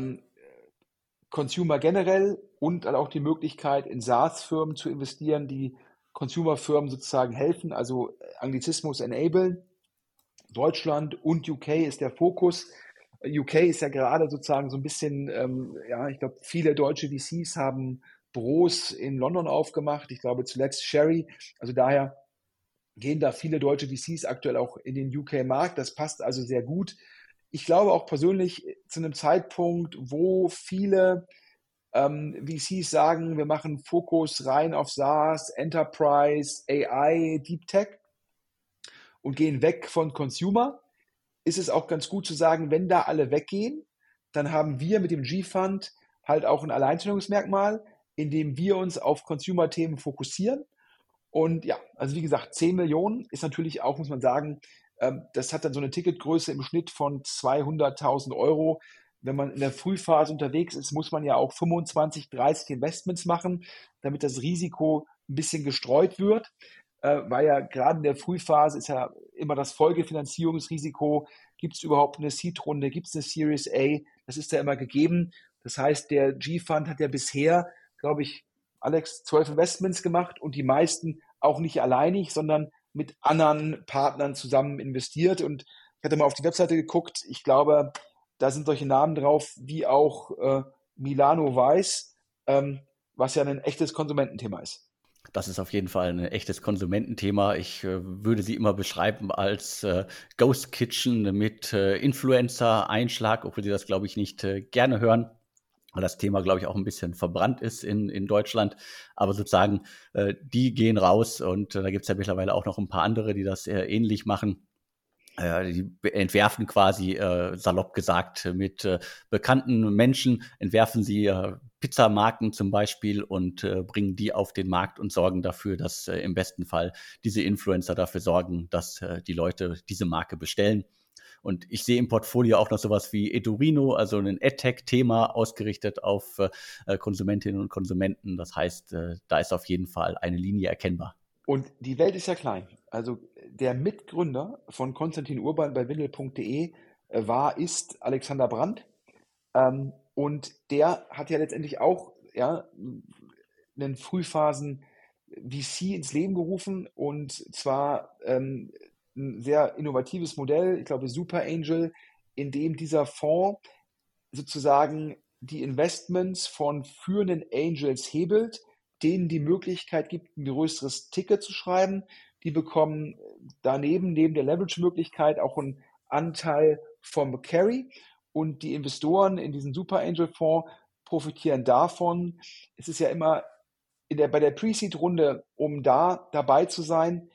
Consumer generell und dann auch die Möglichkeit, in SaaS-Firmen zu investieren, die Consumer-Firmen sozusagen helfen, also Anglizismus enablen. Deutschland und UK ist der Fokus. UK ist ja gerade sozusagen so ein bisschen, ich glaube, viele deutsche VCs haben Büros in London aufgemacht. Ich glaube zuletzt Sherry. Also daher gehen da viele deutsche VCs aktuell auch in den UK-Markt. Das passt also sehr gut. Ich glaube auch persönlich zu einem Zeitpunkt, wo viele VCs sagen, wir machen Fokus rein auf SaaS, Enterprise, AI, Deep Tech und gehen weg von Consumer, ist es auch ganz gut zu sagen, wenn da alle weggehen, dann haben wir mit dem G-Fund halt auch ein Alleinstellungsmerkmal, indem wir uns auf Consumer-Themen fokussieren. Und ja, also wie gesagt, 10 Millionen ist natürlich auch, muss man sagen, das hat dann so eine Ticketgröße im Schnitt von 200.000 Euro. Wenn man in der Frühphase unterwegs ist, muss man ja auch 25, 30 Investments machen, damit das Risiko ein bisschen gestreut wird. Weil ja gerade in der Frühphase ist ja immer das Folgefinanzierungsrisiko. Gibt es überhaupt eine Seed-Runde? Gibt es eine Series A? Das ist ja immer gegeben. Das heißt, der G-Fund hat ja bisher, glaube ich, Alex, 12 Investments gemacht und die meisten auch nicht alleinig, sondern mit anderen Partnern zusammen investiert. Und ich hatte mal auf die Webseite geguckt. Ich glaube, da sind solche Namen drauf wie auch Milano Weiß, was ja ein echtes Konsumententhema ist. Das ist auf jeden Fall ein echtes Konsumententhema. Ich würde sie immer beschreiben als Ghost Kitchen mit Influencer-Einschlag, obwohl sie das, glaube ich, nicht gerne hören, weil das Thema, glaube ich, auch ein bisschen verbrannt ist in Deutschland. Aber sozusagen, die gehen raus und da gibt es ja mittlerweile auch noch ein paar andere, die das ähnlich machen. Die entwerfen quasi, salopp gesagt, mit bekannten Menschen, entwerfen sie Pizzamarken zum Beispiel und bringen die auf den Markt und sorgen dafür, dass im besten Fall diese Influencer dafür sorgen, dass die Leute diese Marke bestellen. Und ich sehe im Portfolio auch noch sowas wie Edurino, also ein AdTech-Thema ausgerichtet auf Konsumentinnen und Konsumenten. Das heißt, da ist auf jeden Fall eine Linie erkennbar. Und die Welt ist ja klein. Also der Mitgründer von Konstantin Urban bei Windel.de ist Alexander Brandt. Und der hat ja letztendlich auch einen Frühphasen VC ins Leben gerufen, und zwar ein sehr innovatives Modell, ich glaube Super Angel, in dem dieser Fonds sozusagen die Investments von führenden Angels hebelt, denen die Möglichkeit gibt, ein größeres Ticket zu schreiben. Die bekommen daneben, neben der Leverage-Möglichkeit, auch einen Anteil vom Carry, und die Investoren in diesen Super Angel Fonds profitieren davon. Es ist ja immer bei der Pre-Seed-Runde, um da dabei zu sein,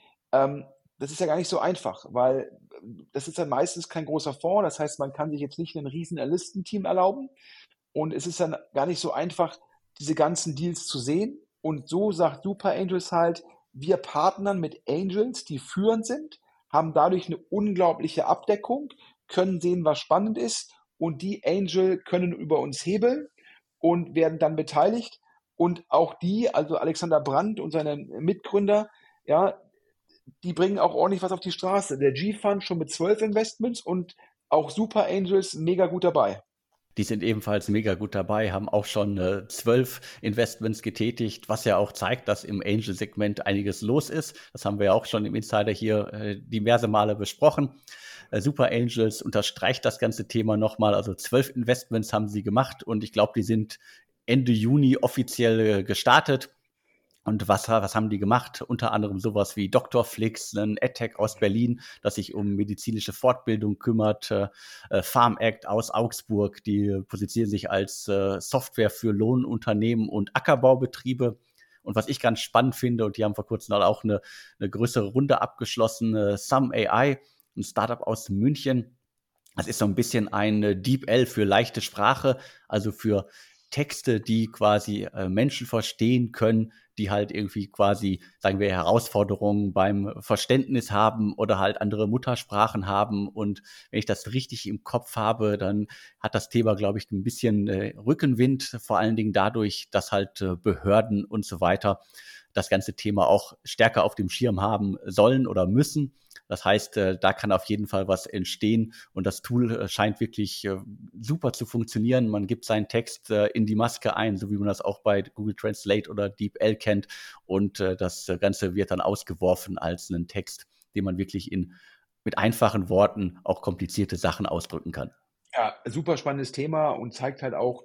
das ist ja gar nicht so einfach, weil das ist dann meistens kein großer Fonds. Das heißt, man kann sich jetzt nicht ein riesen Analystenteam erlauben, und es ist dann gar nicht so einfach, diese ganzen Deals zu sehen. Und so sagt Super Angels halt, wir partnern mit Angels, die führend sind, haben dadurch eine unglaubliche Abdeckung, können sehen, was spannend ist, und die Angel können über uns hebeln und werden dann beteiligt. Und auch die, also Alexander Brandt und seine Mitgründer, ja, die bringen auch ordentlich was auf die Straße. Der G-Fund schon mit 12 Investments und auch Super Angels mega gut dabei. Die sind ebenfalls mega gut dabei, haben auch schon 12 Investments getätigt, was ja auch zeigt, dass im Angel-Segment einiges los ist. Das haben wir ja auch schon im Insider hier diverse Male besprochen. Super Angels unterstreicht das ganze Thema nochmal. Also 12 Investments haben sie gemacht, und ich glaube, die sind Ende Juni offiziell gestartet. Und was haben die gemacht? Unter anderem sowas wie Dr. Flix, ein AdTech aus Berlin, das sich um medizinische Fortbildung kümmert, Farm Act aus Augsburg, die positionieren sich als Software für Lohnunternehmen und Ackerbaubetriebe. Und was ich ganz spannend finde, und die haben vor kurzem auch eine größere Runde abgeschlossen, Some AI, ein Startup aus München. Das ist so ein bisschen ein DeepL für leichte Sprache, also für Texte, die quasi Menschen verstehen können, die halt irgendwie quasi, sagen wir, Herausforderungen beim Verständnis haben oder halt andere Muttersprachen haben. Und wenn ich das richtig im Kopf habe, dann hat das Thema, glaube ich, ein bisschen Rückenwind, vor allen Dingen dadurch, dass halt Behörden und so weiter das ganze Thema auch stärker auf dem Schirm haben sollen oder müssen. Das heißt, da kann auf jeden Fall was entstehen, und das Tool scheint wirklich super zu funktionieren. Man gibt seinen Text in die Maske ein, so wie man das auch bei Google Translate oder DeepL kennt, und das Ganze wird dann ausgeworfen als einen Text, den man wirklich mit einfachen Worten auch komplizierte Sachen ausdrücken kann. Ja, super spannendes Thema und zeigt halt auch,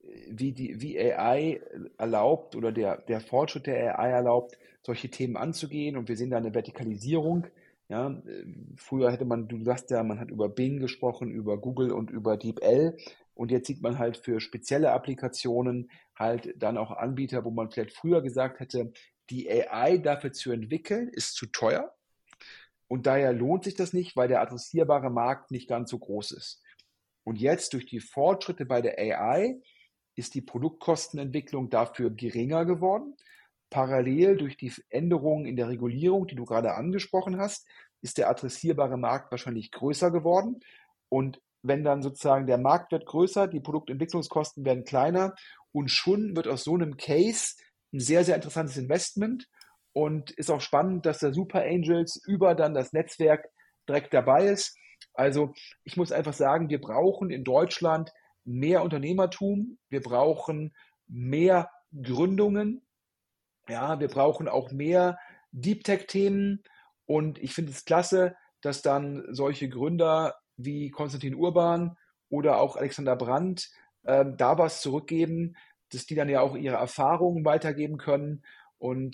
wie AI erlaubt, oder der Fortschritt der AI erlaubt, solche Themen anzugehen. Und wir sehen da eine Vertikalisierung. Ja, früher du sagst ja, man hat über Bing gesprochen, über Google und über DeepL. Und jetzt sieht man halt für spezielle Applikationen halt dann auch Anbieter, wo man vielleicht früher gesagt hätte, die AI dafür zu entwickeln, ist zu teuer. Und daher lohnt sich das nicht, weil der adressierbare Markt nicht ganz so groß ist. Und jetzt durch die Fortschritte bei der AI ist die Produktkostenentwicklung dafür geringer geworden. Parallel durch die Änderungen in der Regulierung, die du gerade angesprochen hast, ist der adressierbare Markt wahrscheinlich größer geworden. Und wenn dann sozusagen der Markt wird größer, die Produktentwicklungskosten werden kleiner, und schon wird aus so einem Case ein sehr, sehr interessantes Investment, und ist auch spannend, dass der Super Angels über dann das Netzwerk direkt dabei ist. Also ich muss einfach sagen, wir brauchen in Deutschland mehr Unternehmertum, wir brauchen mehr Gründungen, ja, wir brauchen auch mehr Deep Tech-Themen, und ich finde es klasse, dass dann solche Gründer wie Konstantin Urban oder auch Alexander Brandt da was zurückgeben, dass die dann ja auch ihre Erfahrungen weitergeben können. Und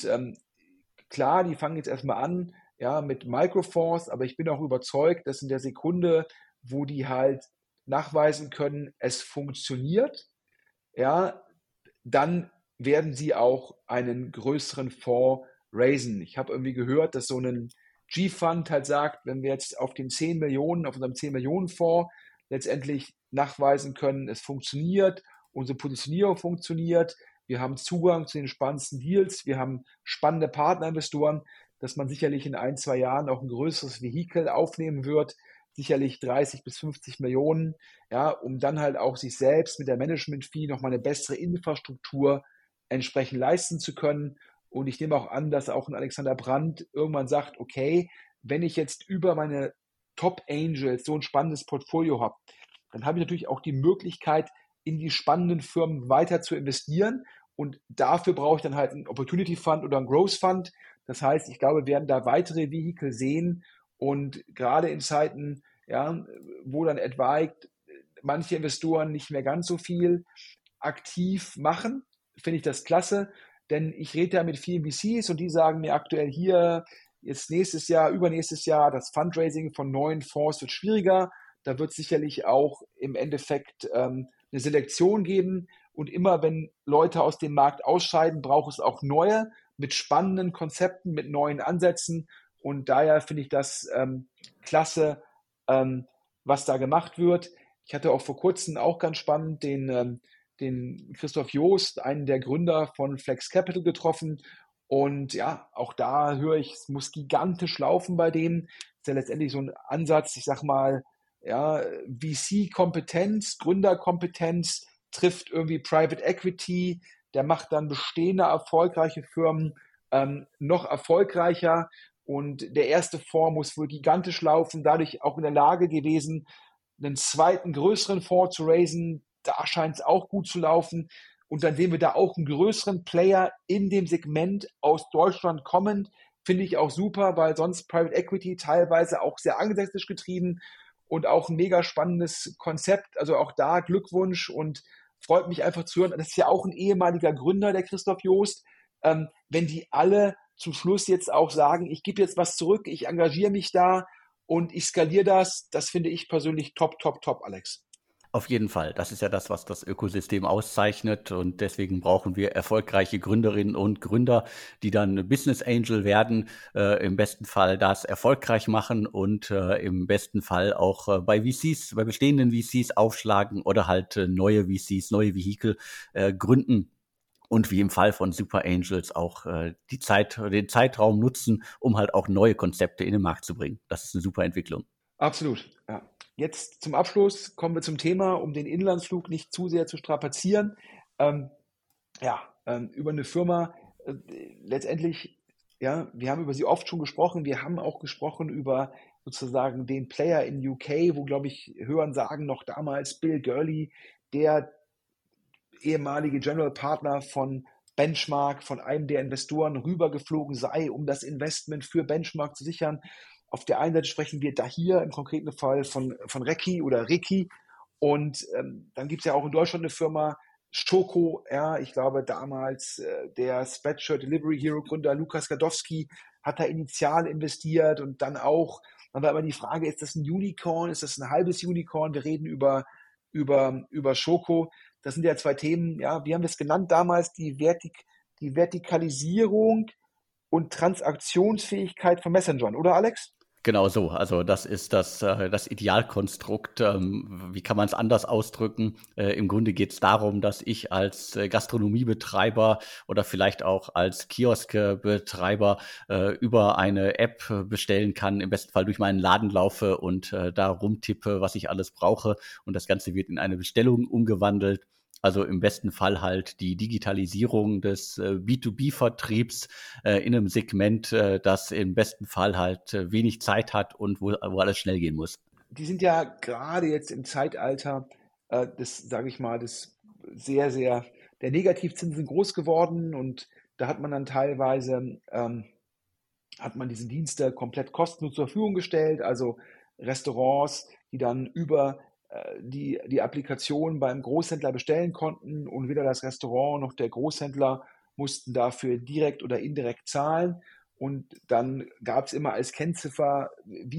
klar, die fangen jetzt erstmal an, ja, mit Microfonds, aber ich bin auch überzeugt, dass in der Sekunde, wo die halt nachweisen können, es funktioniert, ja, dann werden sie auch einen größeren Fonds raisen. Ich habe irgendwie gehört, dass so ein G-Fund halt sagt, wenn wir jetzt auf unserem 10 Millionen Fonds letztendlich nachweisen können, es funktioniert, unsere Positionierung funktioniert, wir haben Zugang zu den spannendsten Deals, wir haben spannende Partnerinvestoren, dass man sicherlich in 1, 2 Jahren auch ein größeres Vehikel aufnehmen wird, sicherlich 30 bis 50 Millionen, ja, um dann halt auch sich selbst mit der Management-Fee nochmal eine bessere Infrastruktur entsprechend leisten zu können. Und ich nehme auch an, dass auch ein Alexander Brandt irgendwann sagt, okay, wenn ich jetzt über meine Top Angels so ein spannendes Portfolio habe, dann habe ich natürlich auch die Möglichkeit, in die spannenden Firmen weiter zu investieren. Und dafür brauche ich dann halt einen Opportunity Fund oder einen Growth Fund. Das heißt, ich glaube, wir werden da weitere Vehikel sehen. Und gerade in Zeiten, ja, wo dann etwaigt manche Investoren nicht mehr ganz so viel aktiv machen, finde ich das klasse. Denn ich rede ja mit vielen VCs und die sagen mir aktuell hier, jetzt nächstes Jahr, übernächstes Jahr, das Fundraising von neuen Fonds wird schwieriger. Da wird sicherlich auch im Endeffekt eine Selektion geben. Und immer wenn Leute aus dem Markt ausscheiden, braucht es auch neue mit spannenden Konzepten, mit neuen Ansätzen. Und daher finde ich das klasse, was da gemacht wird. Ich hatte auch vor kurzem auch ganz spannend den Christoph Joost, einen der Gründer von Flex Capital, getroffen. Und ja, auch da höre ich, es muss gigantisch laufen bei dem. Das ist ja letztendlich so ein Ansatz, ich sag mal, ja, VC-Kompetenz, Gründerkompetenz trifft irgendwie Private Equity, der macht dann bestehende erfolgreiche Firmen noch erfolgreicher. Und der erste Fonds muss wohl gigantisch laufen, dadurch auch in der Lage gewesen, einen zweiten größeren Fonds zu raisen. Da scheint es auch gut zu laufen. Und dann sehen wir da auch einen größeren Player in dem Segment aus Deutschland kommend. Finde ich auch super, weil sonst Private Equity teilweise auch sehr angelsächsisch getrieben und auch ein mega spannendes Konzept. Also auch da Glückwunsch und freut mich einfach zu hören. Das ist ja auch ein ehemaliger Gründer, der Christoph Joost. Wenn die alle zum Schluss jetzt auch sagen, ich gebe jetzt was zurück, ich engagiere mich da und ich skaliere das, das finde ich persönlich top, top, top, Alex. Auf jeden Fall. Das ist ja das, was das Ökosystem auszeichnet. Und deswegen brauchen wir erfolgreiche Gründerinnen und Gründer, die dann Business Angel werden, im besten Fall das erfolgreich machen und im besten Fall auch bei VCs, bei bestehenden VCs aufschlagen oder halt neue VCs, neue Vehikel gründen. Und wie im Fall von Super Angels auch den Zeitraum nutzen, um halt auch neue Konzepte in den Markt zu bringen. Das ist eine super Entwicklung. Absolut, ja. Jetzt zum Abschluss kommen wir zum Thema, um den Inlandsflug nicht zu sehr zu strapazieren. Ähm, über eine Firma, letztendlich, ja, wir haben über sie oft schon gesprochen. Wir haben auch gesprochen über sozusagen den Player in UK, wo, glaube ich, Hören sagen noch damals Bill Gurley, der ehemalige General Partner von Benchmark, von einem der Investoren rübergeflogen sei, um das Investment für Benchmark zu sichern. Auf der einen Seite sprechen wir da hier im konkreten Fall von Recki oder Ricky. Und dann gibt es ja auch in Deutschland eine Firma, Schoko, ja, ich glaube damals der Spreadshirt Delivery Hero Gründer Lukas Gadowski hat da initial investiert und dann auch, dann war immer die Frage, ist das ein Unicorn, ist das ein halbes Unicorn? Wir reden über Schoko. Das sind ja zwei Themen, ja, wie haben wir es genannt damals, die Vertikalisierung und Transaktionsfähigkeit von Messengern, oder Alex? Genau so. Also das ist das Idealkonstrukt. Wie kann man es anders ausdrücken? Im Grunde geht es darum, dass ich als Gastronomiebetreiber oder vielleicht auch als Kioskbetreiber über eine App bestellen kann, im besten Fall durch meinen Laden laufe und da rumtippe, was ich alles brauche. Und das Ganze wird in eine Bestellung umgewandelt. Also im besten Fall halt die Digitalisierung des B2B-Vertriebs in einem Segment, das im besten Fall halt wenig Zeit hat und wo alles schnell gehen muss. Die sind ja gerade jetzt im Zeitalter sage ich mal, sehr, sehr, der Negativzinsen groß geworden und da hat man dann teilweise, hat man diese Dienste komplett kostenlos zur Verfügung gestellt, also Restaurants, die dann über die Applikation beim Großhändler bestellen konnten und weder das Restaurant noch der Großhändler mussten dafür direkt oder indirekt zahlen. Und dann gab es immer als Kennziffer,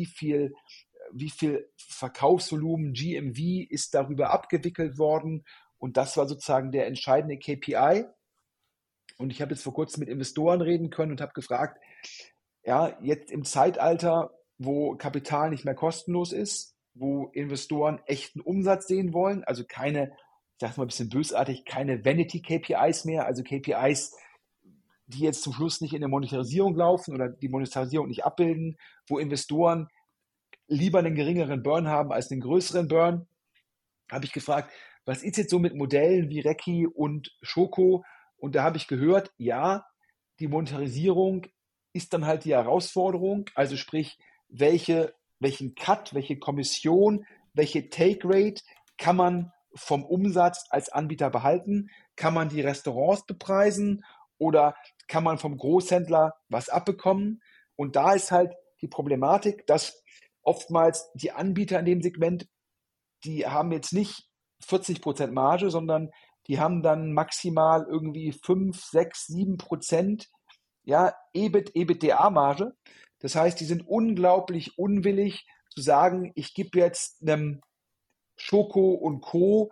wie viel Verkaufsvolumen, GMV ist darüber abgewickelt worden. Und das war sozusagen der entscheidende KPI. Und ich habe jetzt vor kurzem mit Investoren reden können und habe gefragt, ja, jetzt im Zeitalter, wo Kapital nicht mehr kostenlos ist, wo Investoren echten Umsatz sehen wollen, also keine, ich sage mal ein bisschen bösartig, keine Vanity-KPIs mehr, also KPIs, die jetzt zum Schluss nicht in der Monetarisierung laufen oder die Monetarisierung nicht abbilden, wo Investoren lieber einen geringeren Burn haben als einen größeren Burn. Habe ich gefragt, was ist jetzt so mit Modellen wie Recce und Schoko? Und da habe ich gehört, ja, die Monetarisierung ist dann halt die Herausforderung. Also sprich, welchen Cut, welche Kommission, welche Take Rate kann man vom Umsatz als Anbieter behalten? Kann man die Restaurants bepreisen oder kann man vom Großhändler was abbekommen? Und da ist halt die Problematik, dass oftmals die Anbieter in dem Segment, die haben jetzt nicht 40% Marge, sondern die haben dann maximal irgendwie 5, 6, 7%, ja, EBITDA-Marge. Das heißt, die sind unglaublich unwillig zu sagen, ich gebe jetzt einem Schoko und Co.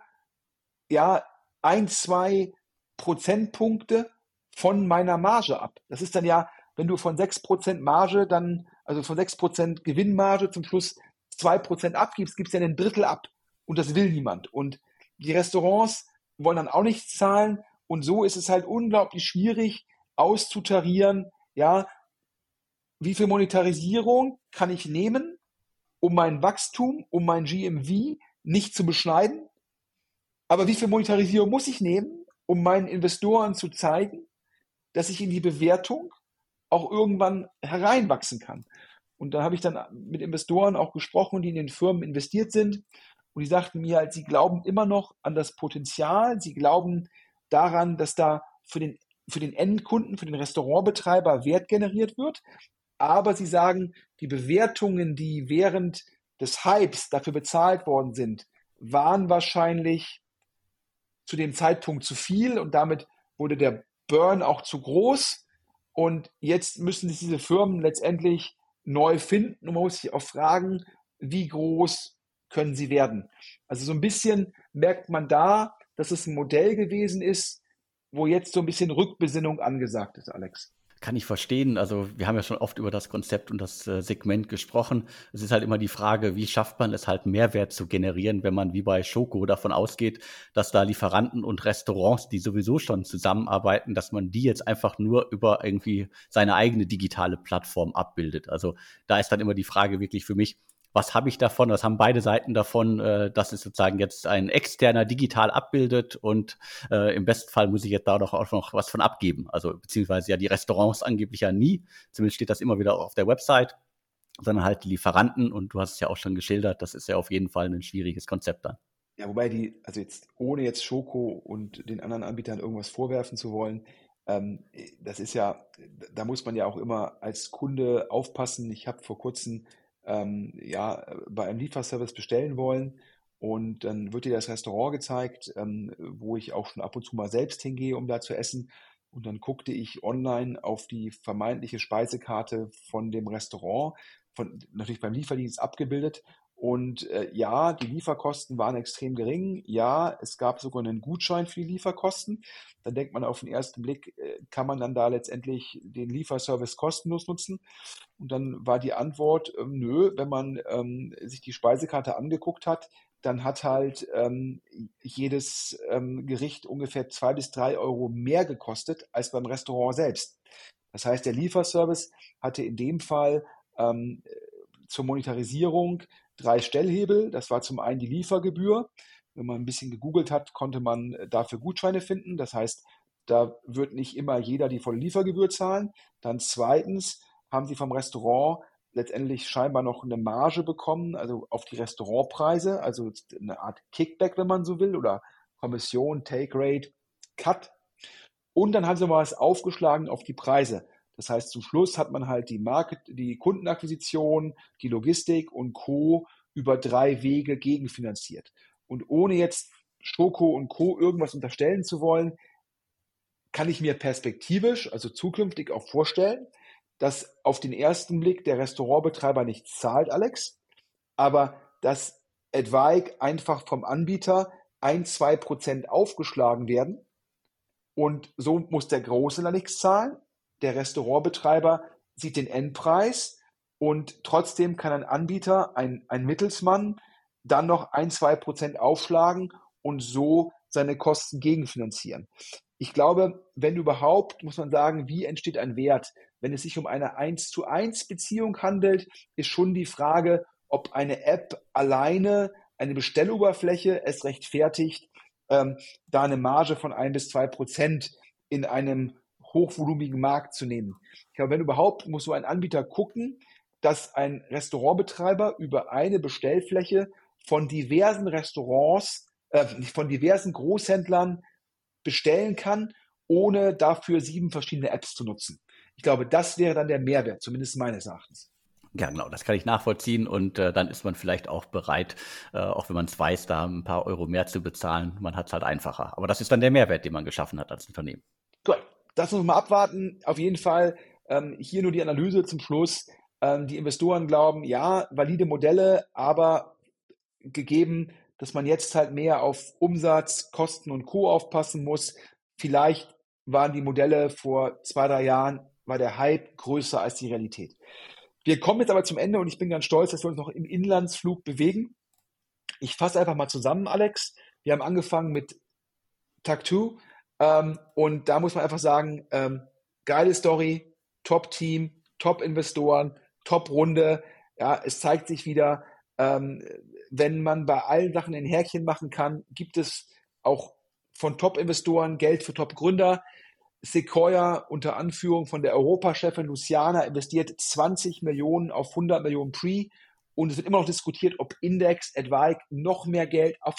ja 1, 2 Prozentpunkte von meiner Marge ab. Das ist dann ja, wenn du von 6% Marge dann, also von 6% Gewinnmarge zum Schluss 2% abgibst, gibst du ja ein Drittel ab. Und das will niemand. Und die Restaurants wollen dann auch nichts zahlen. Und so ist es halt unglaublich schwierig auszutarieren, ja, wie viel Monetarisierung kann ich nehmen, um mein Wachstum, um mein GMV nicht zu beschneiden, aber wie viel Monetarisierung muss ich nehmen, um meinen Investoren zu zeigen, dass ich in die Bewertung auch irgendwann hereinwachsen kann. Und da habe ich dann mit Investoren auch gesprochen, die in den Firmen investiert sind. Und die sagten mir halt, sie glauben immer noch an das Potenzial. Sie glauben daran, dass da für den Endkunden, für den Restaurantbetreiber Wert generiert wird. Aber sie sagen, die Bewertungen, die während des Hypes dafür bezahlt worden sind, waren wahrscheinlich zu dem Zeitpunkt zu viel und damit wurde der Burn auch zu groß. Und jetzt müssen sich diese Firmen letztendlich neu finden und man muss sich auch fragen, wie groß können sie werden. Also so ein bisschen merkt man da, dass es ein Modell gewesen ist, wo jetzt so ein bisschen Rückbesinnung angesagt ist, Alex. Kann ich verstehen. Also wir haben ja schon oft über das Konzept und das Segment gesprochen. Es ist halt immer die Frage, wie schafft man es halt Mehrwert zu generieren, wenn man wie bei Schoko davon ausgeht, dass da Lieferanten und Restaurants, die sowieso schon zusammenarbeiten, dass man die jetzt einfach nur über irgendwie seine eigene digitale Plattform abbildet. Also da ist dann immer die Frage wirklich für mich, was habe ich davon? Was haben beide Seiten davon, dass es sozusagen jetzt ein externer digital abbildet und im besten Fall muss ich jetzt da doch auch noch was von abgeben. Also beziehungsweise ja die Restaurants angeblich ja nie. Zumindest steht das immer wieder auf der Website, sondern halt die Lieferanten. Und du hast es ja auch schon geschildert, das ist ja auf jeden Fall ein schwieriges Konzept dann. Ja, wobei also jetzt, ohne jetzt Schoko und den anderen Anbietern irgendwas vorwerfen zu wollen, das ist ja, da muss man ja auch immer als Kunde aufpassen. Ich habe vor kurzem ja, bei einem Lieferservice bestellen wollen und dann wird dir das Restaurant gezeigt, wo ich auch schon ab und zu mal selbst hingehe, um da zu essen. Und dann guckte ich online auf die vermeintliche Speisekarte von dem Restaurant, natürlich beim Lieferdienst abgebildet. Und ja, die Lieferkosten waren extrem gering. Ja, es gab sogar einen Gutschein für die Lieferkosten. Dann denkt man auf den ersten Blick, kann man dann da letztendlich den Lieferservice kostenlos nutzen? Und dann war die Antwort, nö, wenn man sich die Speisekarte angeguckt hat, dann hat halt jedes Gericht ungefähr 2 bis 3 Euro mehr gekostet als beim Restaurant selbst. Das heißt, der Lieferservice hatte in dem Fall zur Monetarisierung 3 Stellhebel. Das war zum einen die Liefergebühr. Wenn man ein bisschen gegoogelt hat, konnte man dafür Gutscheine finden. Das heißt, da wird nicht immer jeder die volle Liefergebühr zahlen. Dann zweitens haben sie vom Restaurant letztendlich scheinbar noch eine Marge bekommen, also auf die Restaurantpreise, also eine Art Kickback, wenn man so will, oder Kommission, Take Rate, Cut. Und dann haben sie mal was aufgeschlagen auf die Preise. Das heißt, zum Schluss hat man halt die Kundenakquisition, die Logistik und Co. über 3 Wege gegenfinanziert. Und ohne jetzt Schoko und Co. irgendwas unterstellen zu wollen, kann ich mir perspektivisch, also zukünftig auch vorstellen, dass auf den ersten Blick der Restaurantbetreiber nichts zahlt, Alex, aber dass etwaig einfach vom Anbieter 1, 2% aufgeschlagen werden und so muss der Große da nichts zahlen. Der Restaurantbetreiber sieht den Endpreis und trotzdem kann ein Anbieter, ein Mittelsmann, dann noch 1, 2% aufschlagen und so seine Kosten gegenfinanzieren. Ich glaube, wenn überhaupt, muss man sagen, wie entsteht ein Wert? Wenn es sich um eine 1:1 Beziehung handelt, ist schon die Frage, ob eine App alleine, eine Bestelloberfläche es rechtfertigt, da eine Marge von 1-2% in einem hochvolumigen Markt zu nehmen. Ich glaube, wenn überhaupt, muss so ein Anbieter gucken, dass ein Restaurantbetreiber über eine Bestellfläche von diversen Restaurants, von diversen Großhändlern bestellen kann, ohne dafür 7 verschiedene Apps zu nutzen. Ich glaube, das wäre dann der Mehrwert, zumindest meines Erachtens. Ja, genau, das kann ich nachvollziehen und dann ist man vielleicht auch bereit, auch wenn man es weiß, da ein paar Euro mehr zu bezahlen. Man hat es halt einfacher. Aber das ist dann der Mehrwert, den man geschaffen hat als Unternehmen. Gut, das muss man mal abwarten. Auf jeden Fall hier nur die Analyse zum Schluss. Die Investoren glauben, ja, valide Modelle, aber gegeben, dass man jetzt halt mehr auf Umsatz, Kosten und Co. aufpassen muss. Vielleicht waren die Modelle vor 2-3 Jahren, war der Hype größer als die Realität. Wir kommen jetzt aber zum Ende und ich bin ganz stolz, dass wir uns noch im Inlandsflug bewegen. Ich fasse einfach mal zusammen, Alex. Wir haben angefangen mit Tag2 und da muss man einfach sagen, geile Story, Top-Team, Top-Investoren, Top-Runde. Ja, es zeigt sich wieder, wenn man bei allen Sachen ein Häkchen machen kann, gibt es auch von Top-Investoren Geld für Top-Gründer. Sequoia unter Anführung von der Europachefin Luciana investiert 20 Millionen auf 100 Millionen Pre und es wird immer noch diskutiert, ob Index Advice noch mehr Geld auf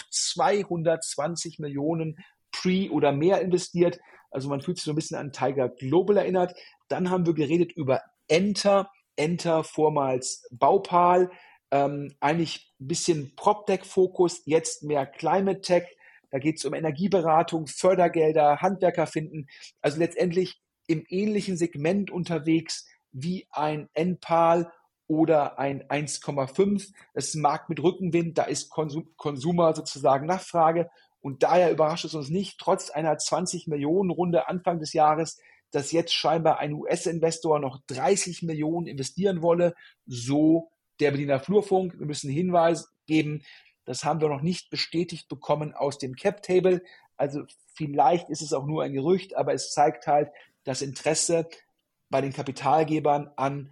220 Millionen Pre oder mehr investiert. Also man fühlt sich so ein bisschen an Tiger Global erinnert. Dann haben wir geredet über Enter vormals Baupal, eigentlich ein bisschen PropTech-Fokus, jetzt mehr Climate Tech. Da geht es um Energieberatung, Fördergelder, Handwerker finden. Also letztendlich im ähnlichen Segment unterwegs wie ein Enpal oder ein 1,5. Das ist ein Markt mit Rückenwind, da ist Konsumer sozusagen Nachfrage. Und daher überrascht es uns nicht, trotz einer 20-Millionen-Runde Anfang des Jahres, dass jetzt scheinbar ein US-Investor noch 30 Millionen investieren wolle. So der Berliner Flurfunk. Wir müssen einen Hinweis geben, das haben wir noch nicht bestätigt bekommen aus dem Cap-Table. Also vielleicht ist es auch nur ein Gerücht, aber es zeigt halt das Interesse bei den Kapitalgebern an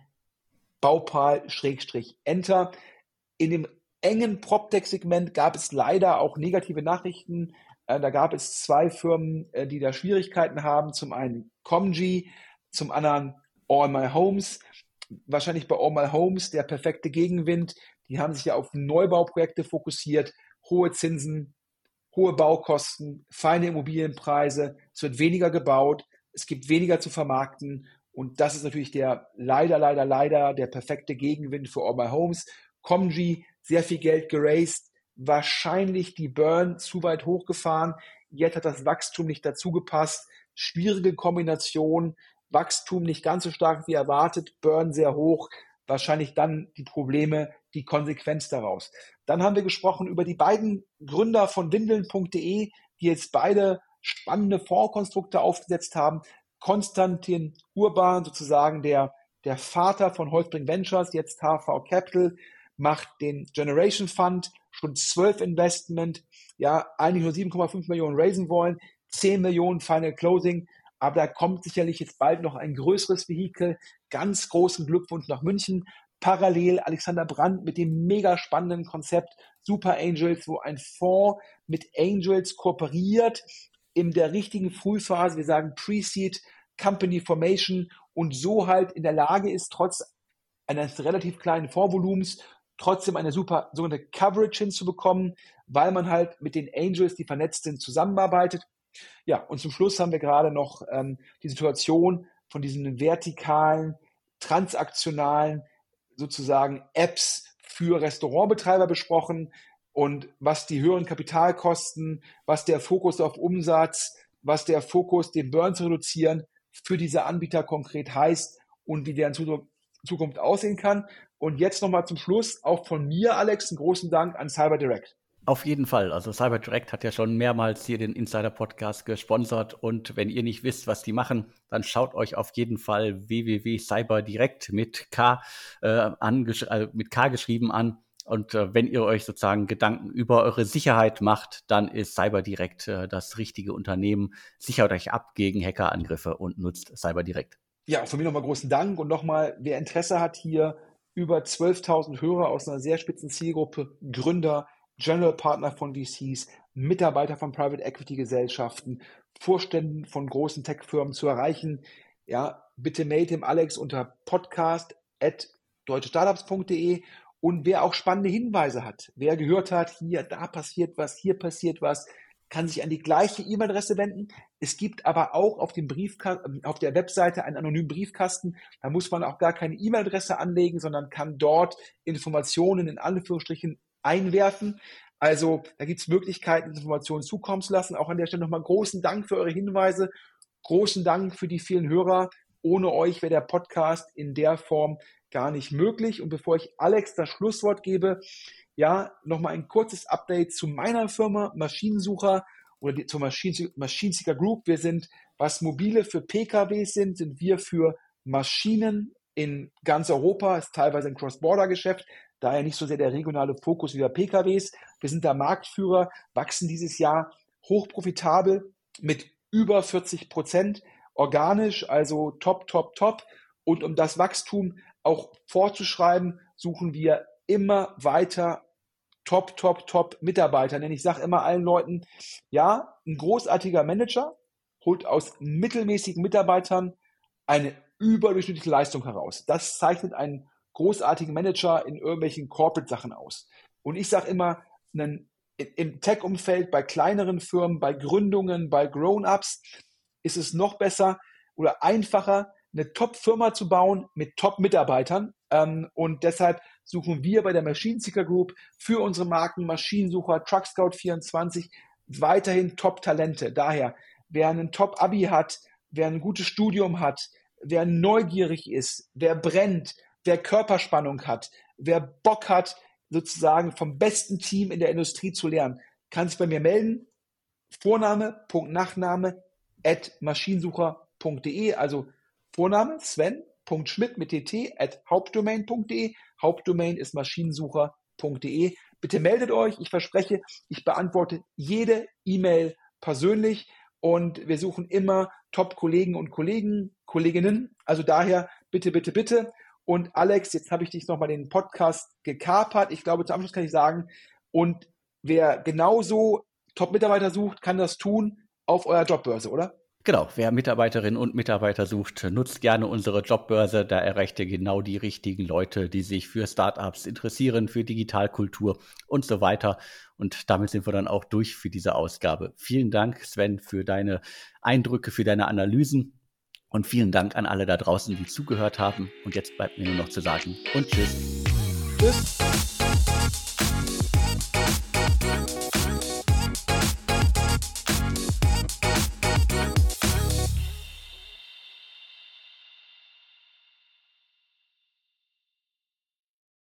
Baupal-Enter. In dem engen PropTech-Segment gab es leider auch negative Nachrichten. Da gab es 2 Firmen, die da Schwierigkeiten haben. Zum einen Comgy, zum anderen All My Homes. Wahrscheinlich bei All My Homes der perfekte Gegenwind. Die haben sich ja auf Neubauprojekte fokussiert, hohe Zinsen, hohe Baukosten, feine Immobilienpreise. Es wird weniger gebaut, es gibt weniger zu vermarkten und das ist natürlich der leider der perfekte Gegenwind für All My Homes. Comgy, sehr viel Geld geraced, wahrscheinlich die Burn zu weit hochgefahren. Jetzt hat das Wachstum nicht dazu gepasst. Schwierige Kombination, Wachstum nicht ganz so stark wie erwartet, Burn sehr hoch. Wahrscheinlich dann die Probleme, die Konsequenz daraus. Dann haben wir gesprochen über die beiden Gründer von Windeln.de, die jetzt beide spannende Fondskonstrukte aufgesetzt haben. Konstantin Urban, sozusagen der Vater von Holzbrink Ventures, jetzt HV Capital, macht den Generation Fund, schon 12 Investment, ja, eigentlich nur 7,5 Millionen raisen wollen, 10 Millionen Final Closing, aber da kommt sicherlich jetzt bald noch ein größeres Vehikel. Ganz großen Glückwunsch nach München. Parallel Alexander Brandt mit dem mega spannenden Konzept Super Angels, wo ein Fonds mit Angels kooperiert in der richtigen Frühphase, wir sagen Pre-Seed, Company Formation und so halt in der Lage ist, trotz eines relativ kleinen Fondsvolumens trotzdem eine super sogenannte Coverage hinzubekommen, weil man halt mit den Angels, die vernetzt sind, zusammenarbeitet. Ja, und zum Schluss haben wir gerade noch die Situation von diesen vertikalen, transaktionalen sozusagen Apps für Restaurantbetreiber besprochen und was die höheren Kapitalkosten, was der Fokus auf Umsatz, was der Fokus, den Burn zu reduzieren, für diese Anbieter konkret heißt und wie deren Zukunft aussehen kann. Und jetzt nochmal zum Schluss, auch von mir, Alex, einen großen Dank an CyberDirect. Auf jeden Fall. Also CyberDirect hat ja schon mehrmals hier den Insider-Podcast gesponsert. Und wenn ihr nicht wisst, was die machen, dann schaut euch auf jeden Fall www.cyberdirect mit K geschrieben an. Und wenn ihr euch sozusagen Gedanken über eure Sicherheit macht, dann ist CyberDirect das richtige Unternehmen. Sichert euch ab gegen Hackerangriffe und nutzt CyberDirect. Ja, von mir nochmal großen Dank und nochmal, wer Interesse hat hier, über 12.000 Hörer aus einer sehr spitzen Zielgruppe, Gründer, General Partner von VCs, Mitarbeiter von Private Equity Gesellschaften, Vorständen von großen Tech-Firmen zu erreichen. Ja, bitte mailt dem Alex unter podcast@deutschestartups.de. Und wer auch spannende Hinweise hat, wer gehört hat, hier, da passiert was, hier passiert was, kann sich an die gleiche E-Mail-Adresse wenden. Es gibt aber auch auf der Webseite einen anonymen Briefkasten. Da muss man auch gar keine E-Mail-Adresse anlegen, sondern kann dort Informationen in Anführungsstrichen einwerfen. Also da gibt es Möglichkeiten, Informationen zukommen zu lassen. Auch an der Stelle nochmal großen Dank für eure Hinweise. Großen Dank für die vielen Hörer. Ohne euch wäre der Podcast in der Form gar nicht möglich. Und bevor ich Alex das Schlusswort gebe, ja, nochmal ein kurzes Update zu meiner Firma Maschinensucher oder zur Maschinenseeker Group. Wir sind, was Mobile für PKWs sind wir für Maschinen in ganz Europa, ist teilweise ein Cross-Border-Geschäft, daher nicht so sehr der regionale Fokus wie bei PKWs. Wir sind da Marktführer, wachsen dieses Jahr hochprofitabel mit über 40%, organisch, also top, top, top. Und um das Wachstum auch fortzuschreiben, suchen wir immer weiter top, top, top Mitarbeiter. Denn ich sage immer allen Leuten, ja, ein großartiger Manager holt aus mittelmäßigen Mitarbeitern eine überdurchschnittliche Leistung heraus. Das zeichnet einen großartigen Manager in irgendwelchen Corporate-Sachen aus. Und ich sage immer, im Tech-Umfeld, bei kleineren Firmen, bei Gründungen, bei Grown-Ups ist es noch besser oder einfacher, eine Top-Firma zu bauen mit Top-Mitarbeitern. Und deshalb suchen wir bei der Maschinenseeker Group für unsere Marken Maschinensucher, TruckScout24 weiterhin Top-Talente. Daher, wer einen Top-Abi hat, wer ein gutes Studium hat, wer neugierig ist, wer brennt, wer Körperspannung hat, wer Bock hat, sozusagen vom besten Team in der Industrie zu lernen, kann sich bei mir melden. Vorname, Punkt, Nachname, @maschinensucher.de, also Vorname Sven.schmidt mit tt @hauptdomain.de. Hauptdomain ist maschinensucher.de. Bitte meldet euch. Ich verspreche, ich beantworte jede E-Mail persönlich und wir suchen immer Top-Kollegen und Kolleginnen. Also daher bitte, bitte, bitte. Und Alex, jetzt habe ich dich nochmal den Podcast gekapert. Ich glaube, zum Abschluss kann ich sagen, und wer genauso Top-Mitarbeiter sucht, kann das tun auf eurer Jobbörse, oder? Genau, wer Mitarbeiterinnen und Mitarbeiter sucht, nutzt gerne unsere Jobbörse. Da erreicht ihr genau die richtigen Leute, die sich für Startups interessieren, für Digitalkultur und so weiter. Und damit sind wir dann auch durch für diese Ausgabe. Vielen Dank, Sven, für deine Eindrücke, für deine Analysen. Und vielen Dank an alle da draußen, die zugehört haben. Und jetzt bleibt mir nur noch zu sagen und tschüss. Tschüss.